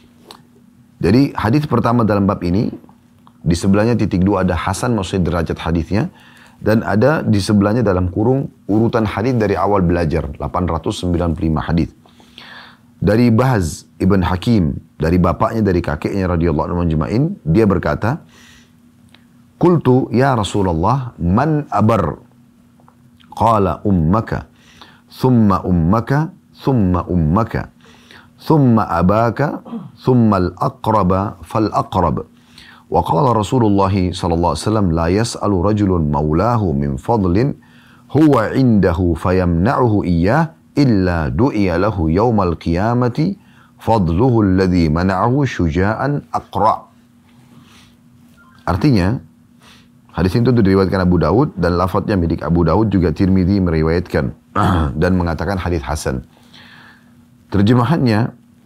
Jadi hadis pertama dalam bab ini. Di sebelahnya titik dua ada Hasan maksudnya derajat hadisnya. Dan ada di sebelahnya dalam kurung urutan hadis dari awal belajar. delapan ratus sembilan puluh lima hadis. Dari Bahz Ibn Hakim. Dari bapaknya dari kakeknya radhiyallahu anhu majma'in. Dia berkata. Qultu ya Rasulullah man abar. Qala ummaka, thumma ummaka, thumma ummaka, thumma abaka, thumma al-aqraba fal-aqrab. Wa qala Rasulullah sallallahu alaihi wasallam la yas'alu rajulun maulahu min fadlin huwa indahu fayamna'uhu iyyah illa du'iya lahu yawmal qiyamati fadluhu alladhi mana'ahu syuja'an aqra'. Artinya hadis itu diriwayatkan Abu Daud dan lafadznya milik Abu Daud juga Tirmidzi meriwayatkan dan mengatakan hadis hasan. Terjemahannya,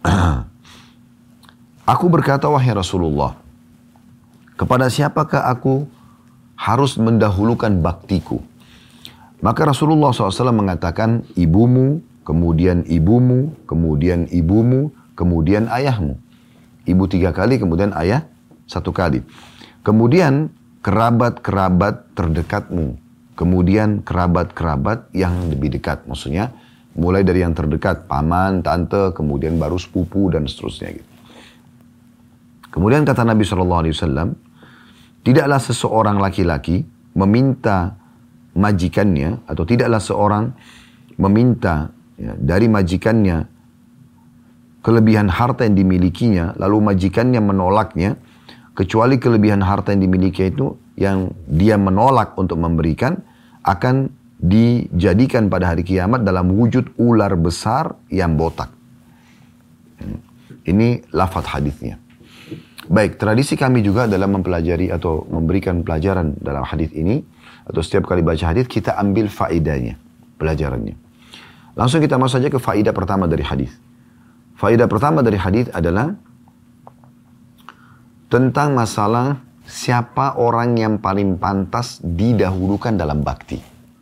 aku berkata wahai Rasulullah, kepada siapakah aku harus mendahulukan baktiku? Maka Rasulullah shallallahu alaihi wasallam mengatakan ibumu, kemudian ibumu, kemudian ibumu, kemudian ayahmu. Ibu tiga kali, kemudian ayah satu kali. Kemudian kerabat-kerabat terdekatmu. Kemudian kerabat-kerabat yang lebih dekat. Maksudnya mulai dari yang terdekat. Paman, tante, kemudian baru sepupu dan seterusnya. Gitu. Kemudian kata Nabi shallallahu alaihi wasallam. Tidaklah seseorang laki-laki meminta majikannya. Atau tidaklah seorang meminta ya, dari majikannya kelebihan harta yang dimilikinya. Lalu majikannya menolaknya. Kecuali kelebihan harta yang dimiliki itu yang dia menolak untuk memberikan akan dijadikan pada hari kiamat dalam wujud ular besar yang botak. Ini lafaz hadisnya. Baik, tradisi kami juga dalam mempelajari atau memberikan pelajaran dalam hadis ini atau setiap kali baca hadis kita ambil faedahnya, pelajarannya. Langsung kita masuk saja ke faedah pertama dari hadis. Faedah pertama dari hadis adalah tentang masalah siapa orang yang paling pantas didahulukan dalam bakti.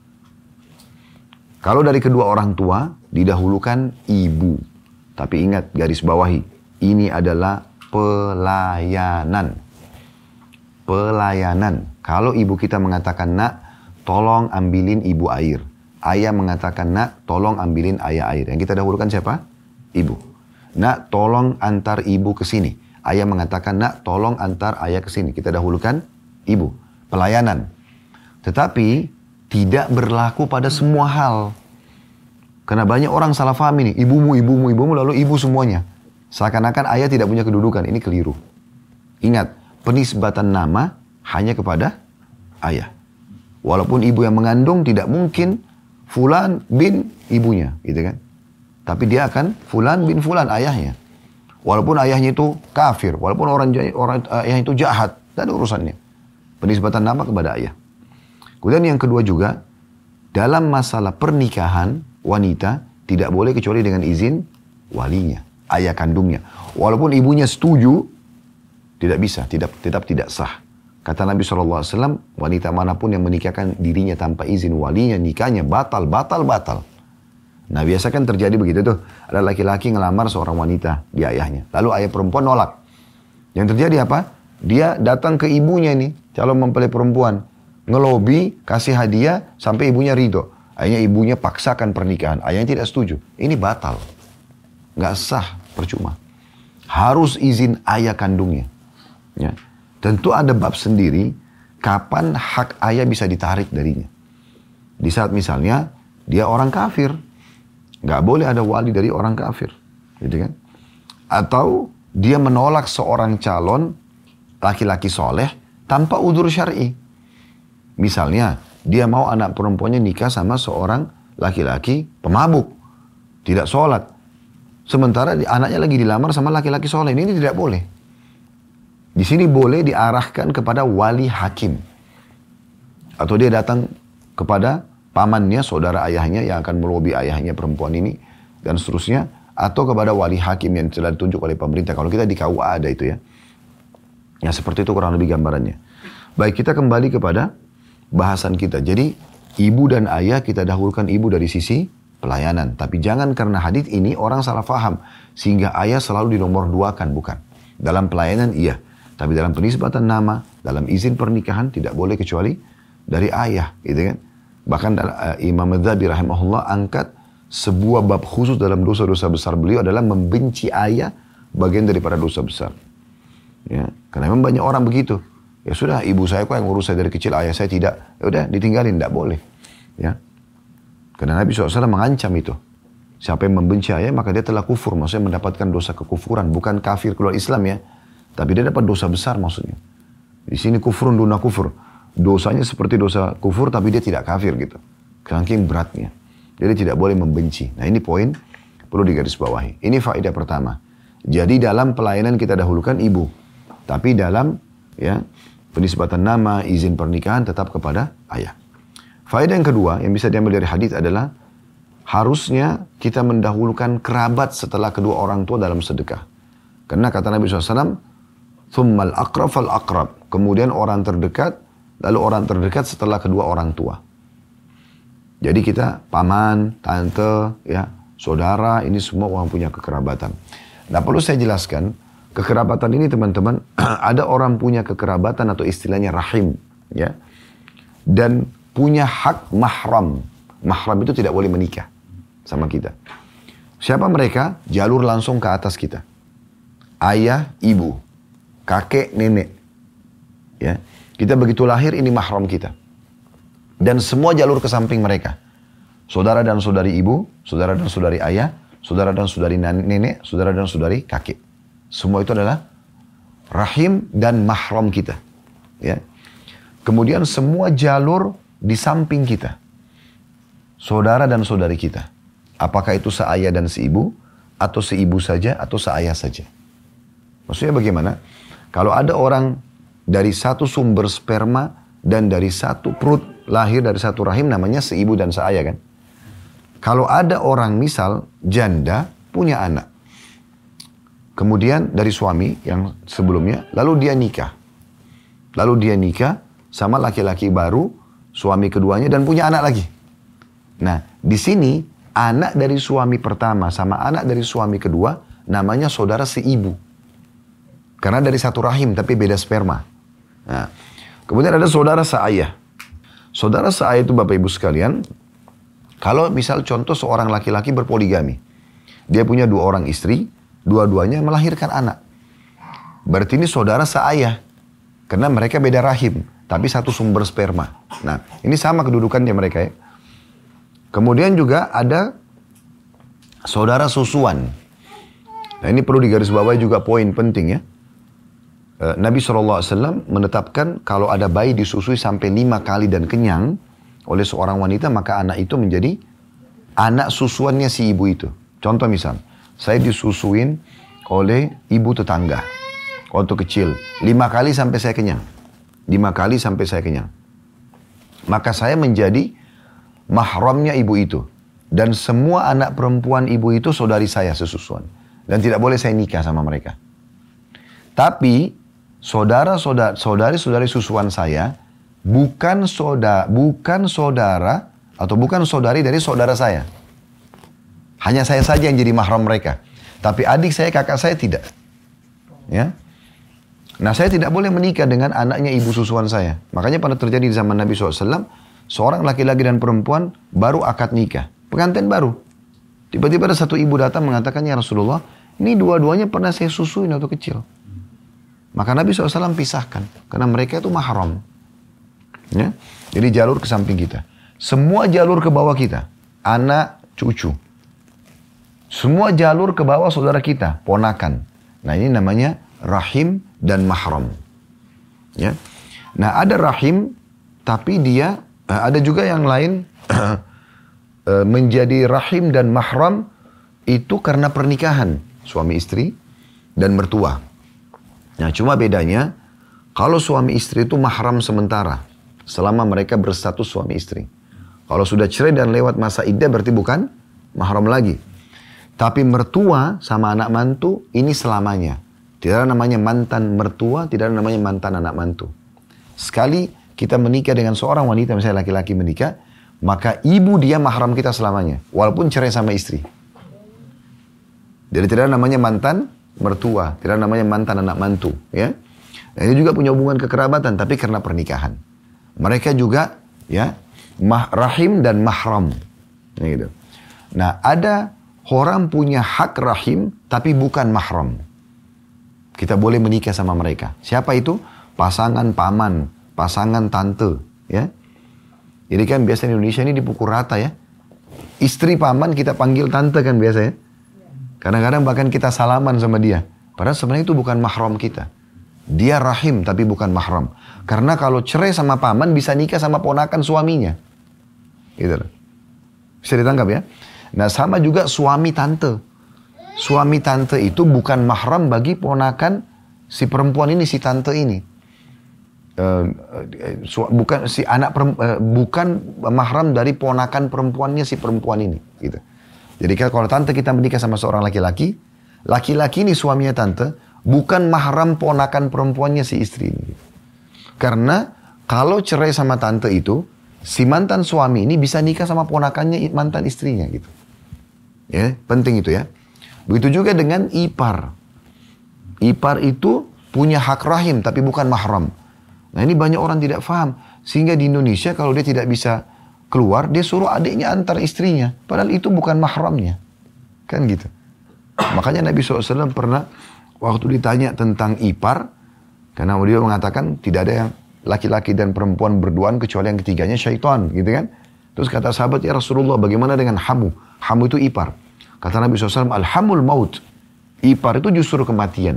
Kalau dari kedua orang tua, didahulukan ibu. Tapi ingat, garis bawahi, ini adalah pelayanan. Pelayanan. Kalau ibu kita mengatakan, nak, tolong ambilin ibu air. Ayah mengatakan, nak, tolong ambilin ayah air. Yang kita dahulukan siapa? Ibu. Nak, tolong antar ibu ke sini. Ayah mengatakan, nak tolong antar ayah ke sini. Kita dahulukan ibu. Pelayanan. Tetapi tidak berlaku pada semua hal. Karena banyak orang salah paham ini. Ibumu, ibumu, ibumu, lalu ibu semuanya. Seakan-akan ayah tidak punya kedudukan. Ini keliru. Ingat, penisbatan nama hanya kepada ayah. Walaupun ibu yang mengandung tidak mungkin fulan bin ibunya, gitu kan. Tapi dia akan fulan bin fulan ayahnya. Walaupun ayahnya itu kafir, walaupun orang orang ayah itu jahat, tidak ada urusannya. Penisbatan nama kepada ayah. Kemudian yang kedua juga, dalam masalah pernikahan wanita tidak boleh kecuali dengan izin walinya, ayah kandungnya. Walaupun ibunya setuju, tidak bisa, tidak, tetap tidak sah. Kata Nabi shallallahu alaihi wasallam, wanita manapun yang menikahkan dirinya tanpa izin walinya, nikahnya batal, batal, batal. Nah biasa kan terjadi begitu tuh. Ada laki-laki ngelamar seorang wanita di ayahnya. Lalu ayah perempuan nolak. Yang terjadi apa? Dia datang ke ibunya nih, calon mempelai perempuan. Ngelobi, kasih hadiah, sampai ibunya ridho. Akhirnya ibunya paksakan pernikahan. Ayahnya tidak setuju. Ini batal. Nggak sah, percuma. Harus izin ayah kandungnya. Ya. Tentu ada bab sendiri kapan hak ayah bisa ditarik darinya. Di saat misalnya dia orang kafir, nggak boleh ada wali dari orang kafir, gitu kan? Atau dia menolak seorang calon laki-laki soleh tanpa udzur syar'i. Misalnya dia mau anak perempuannya nikah sama seorang laki-laki pemabuk, tidak sholat. Sementara anaknya lagi dilamar sama laki-laki soleh, ini tidak boleh. Di sini boleh diarahkan kepada wali hakim. Atau dia datang kepada pamannya, saudara ayahnya yang akan melobi ayahnya perempuan ini. Dan seterusnya. Atau kepada wali hakim yang telah ditunjuk oleh pemerintah. Kalau kita di K U A ada itu ya. Ya seperti itu kurang lebih gambarannya. Baik, kita kembali kepada bahasan kita. Jadi ibu dan ayah kita dahulukan ibu dari sisi pelayanan. Tapi jangan karena hadits ini orang salah faham. Sehingga ayah selalu dinomor duakan, bukan. Dalam pelayanan iya. Tapi dalam penisbatan nama, dalam izin pernikahan tidak boleh kecuali dari ayah, gitu kan. Bahkan uh, Imam Adzhabi rahimahullah angkat sebuah bab khusus dalam dosa-dosa besar beliau adalah membenci ayah bagian daripada dosa besar. Ya, karena memang banyak orang begitu. Ya sudah, ibu saya kok yang ngurus saya dari kecil, ayah saya tidak. Ya udah, ditinggalin, tidak boleh. Ya, karena Nabi shallallahu alaihi wasallam mengancam itu. Siapa yang membenci ayah maka dia telah kufur, maksudnya mendapatkan dosa kekufuran, bukan kafir keluar Islam ya. Tapi dia dapat dosa besar maksudnya. Di sini kufurun duna kufur. Dosanya seperti dosa kufur tapi dia tidak kafir gitu. Saking beratnya. Jadi tidak boleh membenci. Nah ini poin perlu digarisbawahi. Ini faedah pertama. Jadi dalam pelayanan kita dahulukan ibu. Tapi dalam ya penisbatan nama, izin pernikahan tetap kepada ayah. Faedah yang kedua yang bisa diambil dari hadis adalah harusnya kita mendahulukan kerabat setelah kedua orang tua dalam sedekah. Karena kata Nabi shallallahu alaihi wasallam, Thummal aqrab fal aqrab. Kemudian orang terdekat, lalu orang terdekat setelah kedua orang tua. Jadi kita paman, tante, ya, saudara, ini semua orang punya kekerabatan. Nah perlu saya jelaskan, kekerabatan ini teman-teman, ada orang punya kekerabatan atau istilahnya rahim, ya, dan punya hak mahram. Mahram itu tidak boleh menikah sama kita. Siapa mereka? Jalur langsung ke atas kita. Ayah, ibu. Kakek, nenek. Ya. Kita begitu lahir ini mahram kita. Dan semua jalur ke samping mereka. Saudara dan saudari ibu, saudara dan saudari ayah, saudara dan saudari nenek, saudara dan saudari kakek. Semua itu adalah rahim dan mahram kita. Ya. Kemudian semua jalur di samping kita. Saudara dan saudari kita. Apakah itu seayah dan seibu, atau seibu saja, atau seayah saja. Maksudnya bagaimana? Kalau ada orang dari satu sumber sperma dan dari satu perut lahir dari satu rahim namanya seibu dan seayah kan. Kalau ada orang misal janda punya anak. Kemudian dari suami yang sebelumnya lalu dia nikah. Lalu dia nikah sama laki-laki baru, suami keduanya dan punya anak lagi. Nah, di sini anak dari suami pertama sama anak dari suami kedua namanya saudara seibu. Karena dari satu rahim tapi beda sperma. Nah, kemudian ada saudara seayah. Saudara seayah itu Bapak Ibu sekalian, kalau misal contoh seorang laki-laki berpoligami. Dia punya dua orang istri, dua-duanya melahirkan anak. Berarti ini saudara seayah. Karena mereka beda rahim. tapi satu sumber sperma. Nah, ini sama kedudukannya mereka ya. Kemudian juga ada saudara susuan. Nah, ini perlu digarisbawahi juga poin penting ya. Nabi shallallahu alaihi wasallam menetapkan kalau ada bayi disusui sampai lima kali dan kenyang oleh seorang wanita, maka anak itu menjadi anak susuannya si ibu itu. Contoh misal, saya disusuin oleh ibu tetangga waktu kecil, lima kali sampai saya kenyang. Lima kali sampai saya kenyang. Maka saya menjadi mahramnya ibu itu. Dan semua anak perempuan ibu itu saudari saya sesusuan. Dan tidak boleh saya nikah sama mereka. Tapi saudara-saudara, saudari-saudari susuan saya bukan saudara, bukan saudara atau bukan saudari dari saudara saya. Hanya saya saja yang jadi mahram mereka. Tapi adik saya, kakak saya tidak. Ya. Nah, saya tidak boleh menikah dengan anaknya ibu susuan saya. Makanya pada terjadi di zaman Nabi shallallahu alaihi wasallam, seorang laki-laki dan perempuan baru akad nikah. Pengantin baru. Tiba-tiba ada satu ibu datang mengatakan, ya Rasulullah, ini dua-duanya pernah saya susuin waktu kecil. Maka Nabi shallallahu alaihi wasallam pisahkan. Karena mereka itu mahram. Ya? Jadi jalur ke samping kita. Semua jalur ke bawah kita. Anak, cucu. Semua jalur ke bawah saudara kita. Ponakan. Nah ini namanya rahim dan mahram. Ya. Nah ada rahim. Tapi dia. Ada juga yang lain. Menjadi rahim dan mahram. Itu karena pernikahan. Suami istri dan mertua. Nah cuma bedanya, kalau suami istri itu mahram sementara, selama mereka berstatus suami istri. Kalau sudah cerai dan lewat masa iddah berarti bukan mahram lagi. Tapi mertua sama anak mantu ini selamanya. Tidak ada namanya mantan mertua, tidak ada namanya mantan anak mantu. Sekali kita menikah dengan seorang wanita, misalnya laki-laki menikah, maka ibu dia mahram kita selamanya, walaupun cerai sama istri. Jadi tidak ada namanya mantan mertua, tidak namanya mantan anak mantu, ya. Nah, ini juga punya hubungan kekerabatan, tapi karena pernikahan. Mereka juga, ya, mah, rahim dan mahram, nah, gitu. Nah, ada orang punya hak rahim, tapi bukan mahram. Kita boleh menikah sama mereka. Siapa itu? Pasangan paman, pasangan tante, ya. Jadi kan biasa di Indonesia ini dipukul rata, ya. Istri paman kita panggil tante kan biasa, ya. Kadang-kadang bahkan kita salaman sama dia. Padahal sebenarnya itu bukan mahram kita. Dia rahim tapi bukan mahram. Karena kalau cerai sama paman bisa nikah sama ponakan suaminya. Gitu. Bisa ditangkap ya? Nah sama juga suami tante. Suami tante itu bukan mahram bagi ponakan si perempuan ini, si tante ini. Uh, uh, bukan si anak uh, bukan mahram dari ponakan perempuannya si perempuan ini. Gitu. Jadi kalau tante kita menikah sama seorang laki-laki, laki-laki ini suaminya tante, bukan mahram ponakan perempuannya si istri ini. Karena kalau cerai sama tante itu, si mantan suami ini bisa nikah sama ponakannya mantan istrinya gitu. Ya, penting itu ya. Begitu juga dengan ipar. Ipar itu punya hak rahim tapi bukan mahram. Nah ini banyak orang tidak paham. Sehingga di Indonesia kalau dia tidak bisa keluar, dia suruh adiknya antar istrinya. Padahal itu bukan mahramnya. Kan gitu. Makanya Nabi shallallahu alaihi wasallam pernah waktu ditanya tentang ipar, karena dia mengatakan tidak ada yang laki-laki dan perempuan berduaan kecuali yang ketiganya syaitan. Gitu kan. Terus kata sahabat, ya Rasulullah bagaimana dengan hamu? Hamu itu ipar. Kata Nabi shallallahu alaihi wasallam, alhamul maut. Ipar itu justru kematian.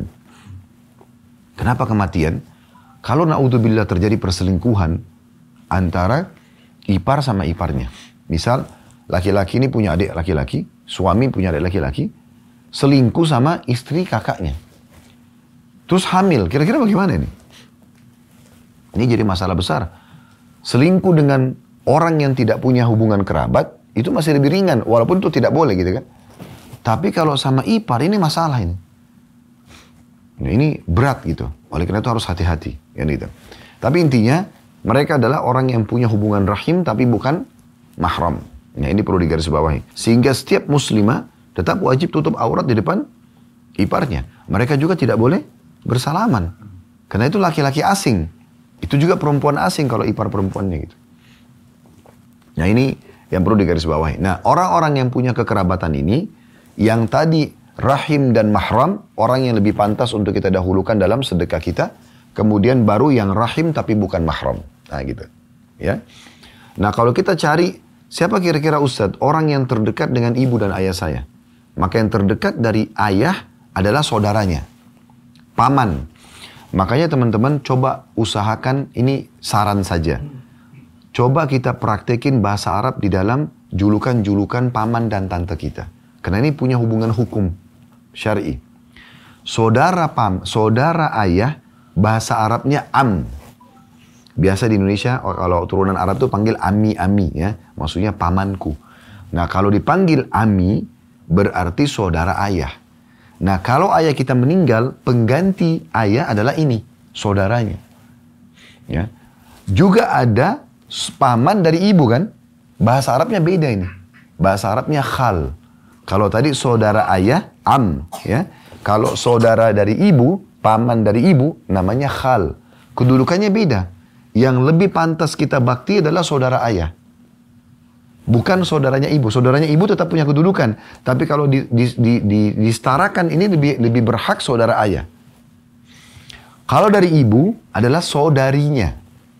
Kenapa kematian? Kalau na'udzubillah terjadi perselingkuhan antara ipar sama iparnya. Misal, laki-laki ini punya adik laki-laki, suami punya adik laki-laki, selingkuh sama istri kakaknya. Terus hamil, kira-kira bagaimana ini? Ini jadi masalah besar. Selingkuh dengan orang yang tidak punya hubungan kerabat, itu masih lebih ringan, walaupun itu tidak boleh gitu kan. Tapi kalau sama ipar, ini masalah ini. Nah, ini berat gitu. Oleh karena itu harus hati-hati. Ya, gitu. Tapi intinya, mereka adalah orang yang punya hubungan rahim tapi bukan mahram. Nah ini perlu digarisbawahi. Sehingga setiap muslimah tetap wajib tutup aurat di depan iparnya. Mereka juga tidak boleh bersalaman. Karena itu laki-laki asing. Itu juga perempuan asing kalau ipar perempuannya gitu. Nah ini yang perlu digarisbawahi. Nah orang-orang yang punya kekerabatan ini, yang tadi rahim dan mahram, orang yang lebih pantas untuk kita dahulukan dalam sedekah kita, kemudian baru yang rahim tapi bukan mahram. Nah gitu. Ya. Nah kalau kita cari siapa kira-kira Ustadz orang yang terdekat dengan ibu dan ayah saya, maka yang terdekat dari ayah adalah saudaranya, paman. Makanya teman-teman coba usahakan, ini saran saja. Coba kita praktekin bahasa Arab di dalam julukan-julukan paman dan tante kita. Karena ini punya hubungan hukum syar'i. Saudara pam, saudara ayah, bahasa Arabnya am. Biasa di Indonesia kalau turunan Arab itu panggil ami-ami ya, maksudnya pamanku. Nah kalau dipanggil ami berarti saudara ayah. Nah kalau ayah kita meninggal, pengganti ayah adalah ini, saudaranya. Ya. Juga ada paman dari ibu kan, bahasa Arabnya beda ini. Bahasa Arabnya khal. Kalau tadi saudara ayah, am. Ya. Kalau saudara dari ibu, paman dari ibu, namanya khal. Kedudukannya beda. Yang lebih pantas kita bakti adalah saudara ayah. Bukan saudaranya ibu. Saudaranya ibu tetap punya kedudukan. Tapi kalau di, di, di, di, disetarakan ini lebih, lebih berhak saudara ayah. Kalau dari ibu adalah saudarinya.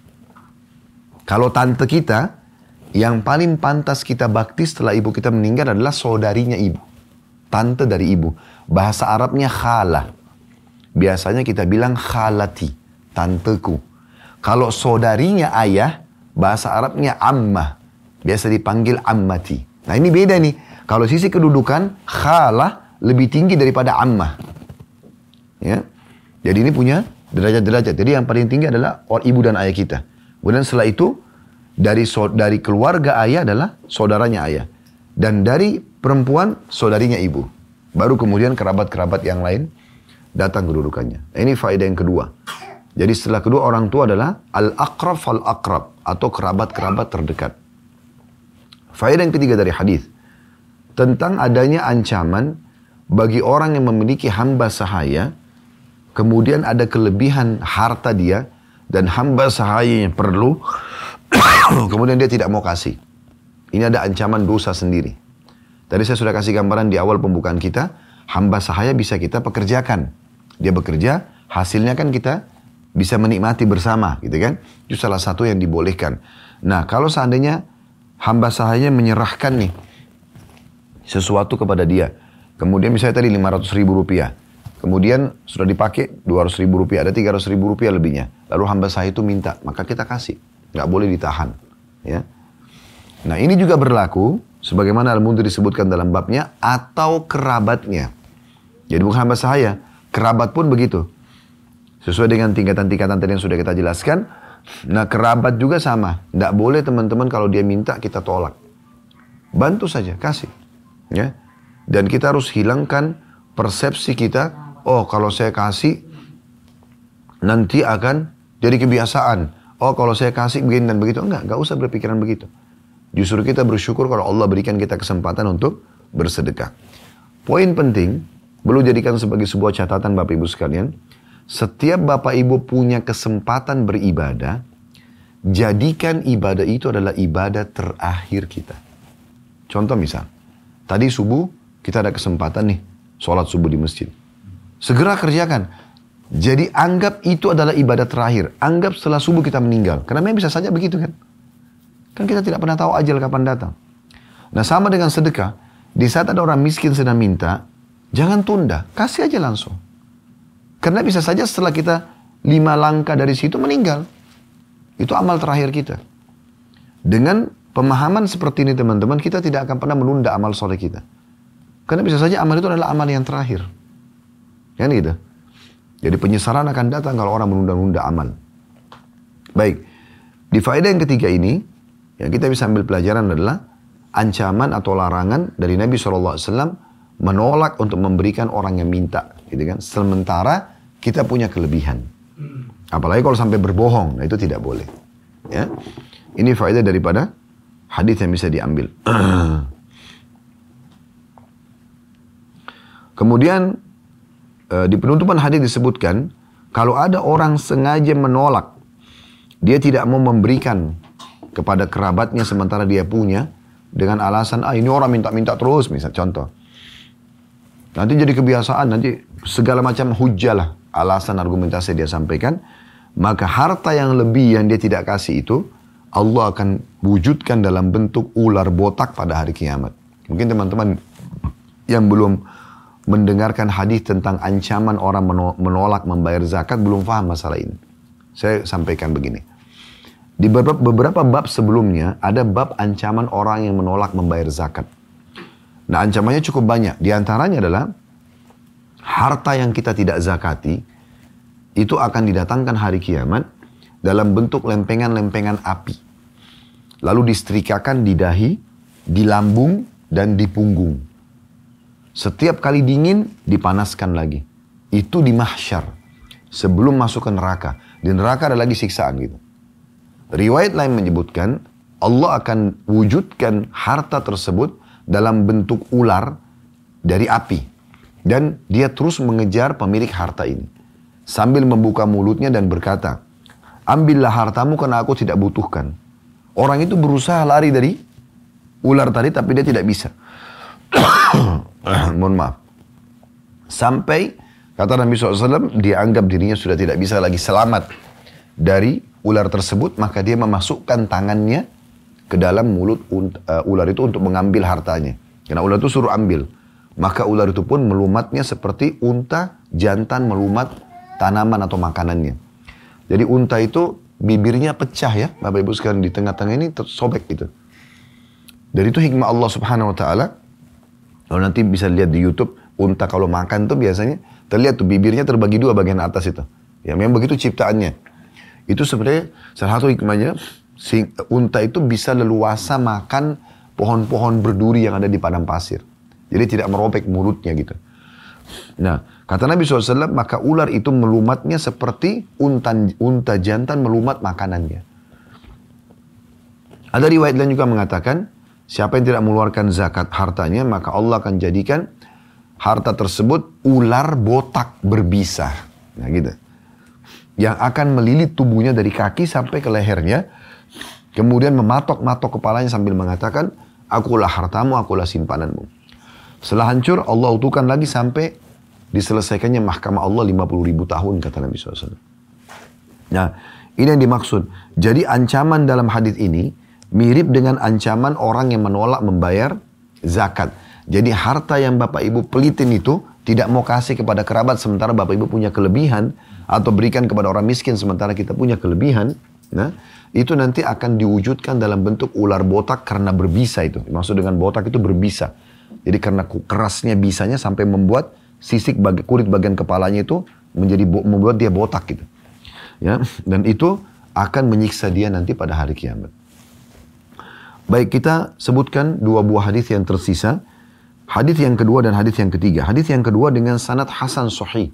Kalau tante kita, yang paling pantas kita bakti setelah ibu kita meninggal adalah saudarinya ibu. Tante dari ibu. Bahasa Arabnya khalah. Biasanya kita bilang khalati, tanteku. Kalau saudarinya ayah, bahasa Arabnya ammah. Biasa dipanggil ammati. Nah ini beda nih. Kalau sisi kedudukan, khalah lebih tinggi daripada ammah. Ya. Jadi ini punya derajat-derajat. Jadi yang paling tinggi adalah ibu dan ayah kita. Kemudian setelah itu, dari, dari keluarga ayah adalah saudaranya ayah. Dan dari perempuan, saudarinya ibu. Baru kemudian kerabat-kerabat yang lain datang kedudukannya. Nah, ini faedah yang kedua. Jadi setelah kedua orang tua adalah al-aqrab fal-aqrab. Atau kerabat-kerabat terdekat. Faedah yang ketiga dari hadis tentang adanya ancaman bagi orang yang memiliki hamba sahaya, kemudian ada kelebihan harta dia dan hamba sahayanya perlu, kemudian dia tidak mau kasih. Ini ada ancaman dosa sendiri. Tadi saya sudah kasih gambaran di awal pembukaan kita, hamba sahaya bisa kita pekerjakan. Dia bekerja, hasilnya kan kita bisa menikmati bersama, gitu kan? Itu salah satu yang dibolehkan. Nah, kalau seandainya hamba sahaya menyerahkan nih sesuatu kepada dia. Kemudian misalnya tadi lima ratus ribu rupiah. Kemudian sudah dipakai dua ratus ribu rupiah. Ada tiga ratus ribu rupiah lebihnya. Lalu hamba sahaya itu minta. Maka kita kasih. Nggak boleh ditahan. Ya. Nah ini juga berlaku. Sebagaimana Al-Mundhir disebutkan dalam babnya. Atau kerabatnya. Jadi bukan hamba sahaya. Kerabat pun begitu. Sesuai dengan tingkatan-tingkatan tadi yang sudah kita jelaskan. Nah kerabat juga sama. Tidak boleh teman-teman kalau dia minta kita tolak. Bantu saja, kasih. Ya. Dan kita harus hilangkan persepsi kita. Oh kalau saya kasih nanti akan jadi kebiasaan. Oh kalau saya kasih begini dan begitu. Enggak, enggak usah berpikiran begitu. Justru kita bersyukur kalau Allah berikan kita kesempatan untuk bersedekah. Poin penting, perlu jadikan sebagai sebuah catatan Bapak Ibu sekalian. Setiap Bapak Ibu punya kesempatan beribadah, jadikan ibadah itu adalah ibadah terakhir kita. Contoh misal, tadi subuh kita ada kesempatan nih, sholat subuh di masjid. Segera kerjakan. Jadi anggap itu adalah ibadah terakhir. Anggap setelah subuh kita meninggal. Karena memang bisa saja begitu kan. Kan kita tidak pernah tahu ajal kapan datang. Nah sama dengan sedekah. Di saat ada orang miskin sedang minta, jangan tunda, kasih aja langsung. Karena bisa saja setelah kita lima langkah dari situ meninggal. Itu amal terakhir kita. Dengan pemahaman seperti ini teman-teman, kita tidak akan pernah menunda amal soleh kita. Karena bisa saja amal itu adalah amal yang terakhir. Kan gitu. Jadi penyesalan akan datang kalau orang menunda-nunda amal. Baik. Di faedah yang ketiga ini, yang kita bisa ambil pelajaran adalah ancaman atau larangan dari Nabi shallallahu alaihi wasallam menolak untuk memberikan orang yang minta. Gitu kan. Sementara kita punya kelebihan. Apalagi kalau sampai berbohong, nah itu tidak boleh. Ya. Ini faedah daripada hadis yang bisa diambil. Kemudian di penutupan hadis disebutkan, kalau ada orang sengaja menolak, dia tidak mau memberikan kepada kerabatnya sementara dia punya, dengan alasan, ah ini orang minta-minta terus, misal contoh. Nanti jadi kebiasaan, nanti segala macam hujah lah, alasan argumentasi dia sampaikan. Maka harta yang lebih yang dia tidak kasih itu, Allah akan wujudkan dalam bentuk ular botak pada hari kiamat. Mungkin teman-teman yang belum mendengarkan hadis tentang ancaman orang menolak membayar zakat belum paham masalah ini. Saya sampaikan begini. Di beberapa, beberapa bab sebelumnya ada bab ancaman orang yang menolak membayar zakat. Nah, ancamannya cukup banyak. Di antaranya adalah harta yang kita tidak zakati itu akan didatangkan hari kiamat dalam bentuk lempengan-lempengan api. Lalu disetrikakan di dahi, di lambung, dan di punggung. Setiap kali dingin, dipanaskan lagi. Itu di mahsyar. Sebelum masuk ke neraka. Di neraka ada lagi siksaan gitu. Riwayat lain menyebutkan, Allah akan wujudkan harta tersebut dalam bentuk ular dari api. Dan dia terus mengejar pemilik harta ini. Sambil membuka mulutnya dan berkata, ambillah hartamu karena aku tidak butuhkan. Orang itu berusaha lari dari ular tadi tapi dia tidak bisa. Mohon maaf. Sampai kata Nabi shallallahu alaihi wasallam dia anggap dirinya sudah tidak bisa lagi selamat dari ular tersebut. Maka dia memasukkan tangannya ke dalam mulut uh, ular itu untuk mengambil hartanya. Karena ular itu suruh ambil. Maka ular itu pun melumatnya seperti unta jantan melumat tanaman atau makanannya. Jadi unta itu bibirnya pecah ya. Bapak Ibu sekalian di tengah-tengah ini tersobek gitu. Dari itu hikmah Allah subhanahu wa ta'ala. Kalau nanti bisa lihat di YouTube. Unta kalau makan tuh biasanya terlihat tuh bibirnya terbagi dua bagian atas itu. Ya memang begitu ciptaannya. Itu sebenarnya salah satu hikmahnya. Si unta itu bisa leluasa makan pohon-pohon berduri yang ada di padang pasir. Jadi tidak merobek mulutnya gitu. Nah, kata Nabi shallallahu alaihi wasallam, maka ular itu melumatnya seperti unta, unta jantan melumat makanannya. Ada riwayat lain juga mengatakan, siapa yang tidak mengeluarkan zakat hartanya, maka Allah akan jadikan harta tersebut ular botak berbisa. Nah gitu. Yang akan melilit tubuhnya dari kaki sampai ke lehernya, kemudian mematok-matok kepalanya sambil mengatakan, akulah hartamu, akulah simpananmu. Setelah hancur, Allah utuhkan lagi sampai diselesaikannya mahkamah Allah lima puluh ribu tahun, kata Nabi shallallahu alaihi wasallam. Nah, ini yang dimaksud. Jadi ancaman dalam hadis ini mirip dengan ancaman orang yang menolak membayar zakat. Jadi harta yang Bapak Ibu pelitin itu tidak mau kasih kepada kerabat sementara Bapak Ibu punya kelebihan, atau berikan kepada orang miskin sementara kita punya kelebihan, nah, itu nanti akan diwujudkan dalam bentuk ular botak karena berbisa itu. Maksud dengan botak itu berbisa. Jadi karena kerasnya bisanya sampai membuat sisik bagi, kulit bagian kepalanya itu menjadi membuat dia botak gitu. Ya, dan itu akan menyiksa dia nanti pada hari kiamat. Baik, kita sebutkan dua buah hadis yang tersisa. Hadis yang kedua dan hadis yang ketiga. Hadis yang kedua dengan sanad hasan sahih.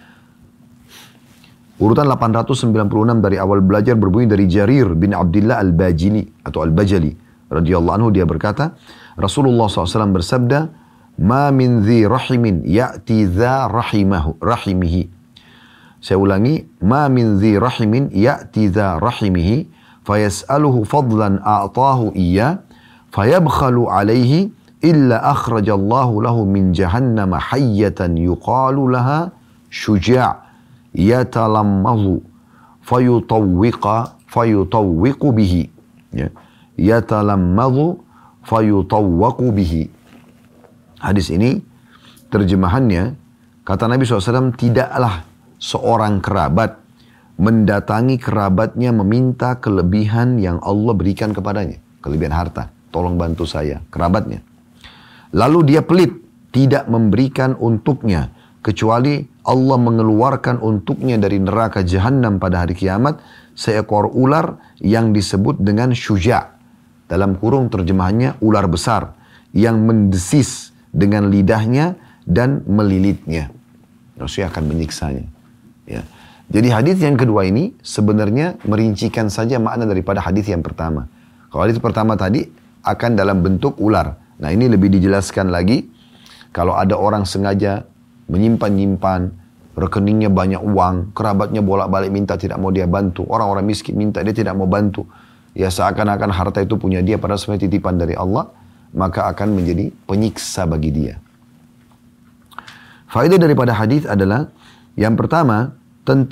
Urutan delapan ratus sembilan puluh enam dari awal belajar berbunyi dari Jarir bin Abdullah al-Bajini atau al-Bajali radhiyallahu anhu, dia berkata, Rasulullah shallallahu alaihi wasallam bersabda, ma min dhi rahimin ya'ti dha rahimahu rahimihi. Saya ulangi, ma min dhi rahimin ya'ti dha rahimihi fayas'aluhu fadlan a'tahu iya fayabkhalu alaihi illa akhrajallahu lahu min jahannama hayyatan yuqalu laha syuja' yatalammazu fayutawwiqa fayutawwiqu bihi, ya, yatalammazu fayutawwaqu bihi. Hadis ini terjemahannya, kata Nabi shallallahu alaihi wasallam, tidaklah seorang kerabat mendatangi kerabatnya meminta kelebihan yang Allah berikan kepadanya, kelebihan harta, tolong bantu saya, kerabatnya. Lalu dia pelit, tidak memberikan untuknya, kecuali Allah mengeluarkan untuknya dari neraka Jahannam pada hari kiamat seekor ular yang disebut dengan syuja'. Dalam kurung terjemahannya ular besar yang mendesis dengan lidahnya dan melilitnya. Rasulullah akan menyiksanya. Ya. Jadi hadis yang kedua ini sebenarnya merincikan saja makna daripada hadis yang pertama. Kalau hadis pertama tadi akan dalam bentuk ular. Nah ini lebih dijelaskan lagi. Kalau ada orang sengaja menyimpan-nyimpan, rekeningnya banyak uang, kerabatnya bolak-balik minta tidak mau dia bantu, orang-orang miskin minta dia tidak mau bantu, ya seakan-akan harta itu punya dia padahal sebenarnya titipan dari Allah, maka akan menjadi penyiksa bagi dia. Faedah daripada hadis adalah yang pertama tentang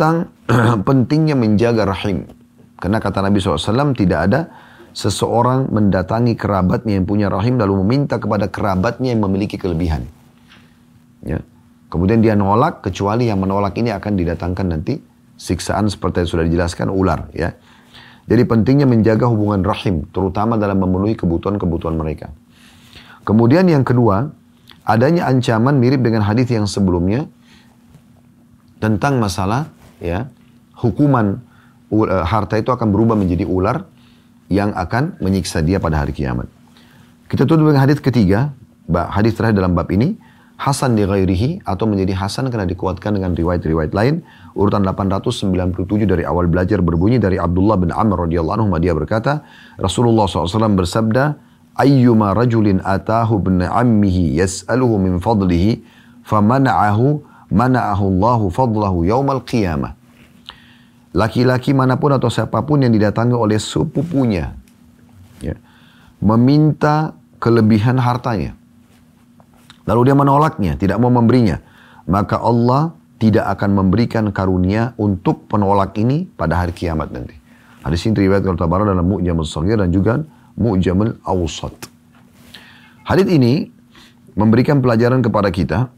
pentingnya menjaga rahim. Karena kata Nabi shallallahu alaihi wasallam, tidak ada seseorang mendatangi kerabatnya yang punya rahim lalu meminta kepada kerabatnya yang memiliki kelebihan. Ya. Kemudian dia nolak, kecuali yang menolak ini akan didatangkan nanti siksaan seperti yang sudah dijelaskan, ular. Ya. Jadi pentingnya menjaga hubungan rahim, terutama dalam memenuhi kebutuhan-kebutuhan mereka. Kemudian yang kedua, adanya ancaman mirip dengan hadis yang sebelumnya tentang masalah ya hukuman uh, harta itu akan berubah menjadi ular yang akan menyiksa dia pada hari kiamat. Kita tutup dengan hadis ketiga, hadis terakhir dalam bab ini, hasan li ghairihi, atau menjadi hasan karena dikuatkan dengan riwayat-riwayat lain. Urutan delapan ratus sembilan puluh tujuh dari awal belajar berbunyi dari Abdullah bin Amr radhiyallahu anhu, dia berkata, Rasulullah shallallahu alaihi wasallam bersabda, ayyuma rajulin atahu bin ammihi yas'aluhu min fadlihi famana'ahu mana'ahu Allahu fadlahu yaumal qiyamah. Laki-laki manapun atau siapapun yang didatangi oleh sepupunya ya, meminta kelebihan hartanya, lalu dia menolaknya, tidak mau memberinya, maka Allah tidak akan memberikan karunia untuk penolak ini pada hari kiamat nanti. Hadis ini riwayat Al-Tabarani dalam Mu'jamul Shaghir dan juga Mu'jamul Awsat. Hadis ini memberikan pelajaran kepada kita.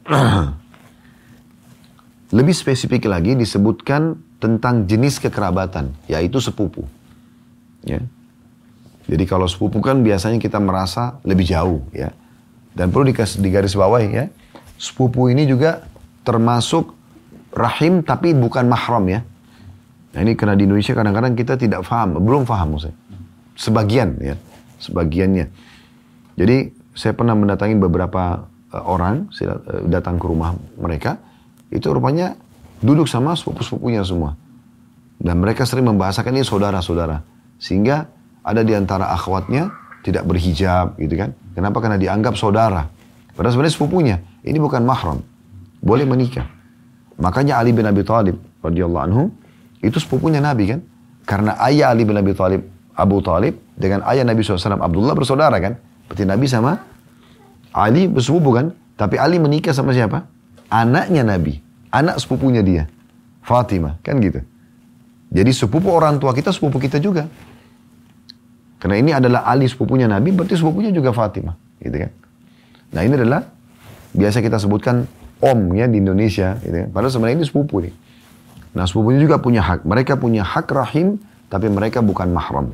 Lebih spesifik lagi disebutkan tentang jenis kekerabatan, yaitu sepupu. Ya. Jadi kalau sepupu kan biasanya kita merasa lebih jauh, ya. Dan perlu digaris bawahi, ya. Sepupu ini juga termasuk rahim tapi bukan mahram, ya. Nah ini karena di Indonesia kadang-kadang kita tidak paham, belum paham maksudnya. Sebagian, ya, sebagiannya. Jadi saya pernah mendatangi beberapa uh, orang, saya uh, datang ke rumah mereka. Itu rupanya duduk sama sepupu-sepupunya semua. Dan mereka sering membahasakan ini saudara-saudara. Sehingga ada di antara akhwatnya tidak berhijab gitu kan. Kenapa? Karena dianggap saudara. Padahal sebenarnya sepupunya. Ini bukan mahram. Boleh menikah. Makanya Ali bin Abi Thalib radhiyallahu anhu itu sepupunya Nabi kan. Karena ayah Ali bin Abi Thalib, Abu Thalib, dengan ayah Nabi shallallahu alaihi wasallam Abdullah bersaudara kan. Berarti Nabi sama Ali bersepupu kan. Tapi Ali menikah sama siapa? Anaknya Nabi, anak sepupunya dia, Fatimah, kan gitu. Jadi sepupu orang tua kita, sepupu kita juga. Karena ini adalah Ali sepupunya Nabi, berarti sepupunya juga Fatimah, gitu kan. Nah ini adalah, biasa kita sebutkan om ya di Indonesia, gitu kan. Padahal sebenarnya ini sepupu nih. Nah sepupunya juga punya hak, mereka punya hak rahim, tapi mereka bukan mahram.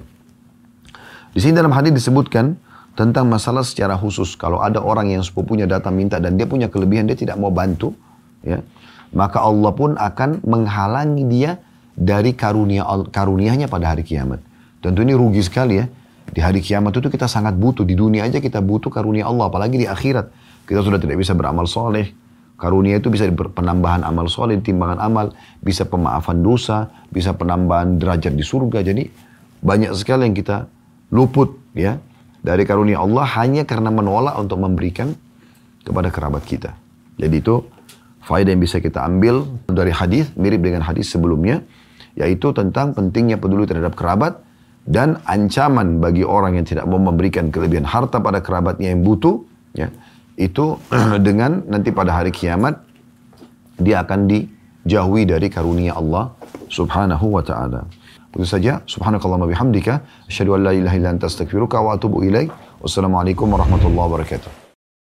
Di sini dalam hadis disebutkan, tentang masalah secara khusus, kalau ada orang yang sepupunya datang minta dan dia punya kelebihan, dia tidak mau bantu, ya, maka Allah pun akan menghalangi dia dari karunia karunianya pada hari kiamat. Tentu ini rugi sekali ya. Di hari kiamat itu kita sangat butuh. Di dunia aja kita butuh karunia Allah, apalagi di akhirat. Kita sudah tidak bisa beramal soleh. Karunia itu bisa penambahan amal soleh, timbangan amal, bisa pemaafan dosa, bisa penambahan derajat di surga. Jadi banyak sekali yang kita luput ya dari karunia Allah hanya karena menolak untuk memberikan kepada kerabat kita. Jadi itu faedah yang bisa kita ambil dari hadis, mirip dengan hadis sebelumnya, yaitu tentang pentingnya peduli terhadap kerabat dan ancaman bagi orang yang tidak mau memberikan kelebihan harta pada kerabatnya yang butuh, ya, itu dengan nanti pada hari kiamat dia akan dijauhi dari karunia Allah subhanahu wa ta'ala. Itu saja. Subhanakallahumma bihamdika asyhadu an la ilaha illa anta astaghfiruka wa atubu ilaik. Wassalamualaikum warahmatullahi wabarakatuh.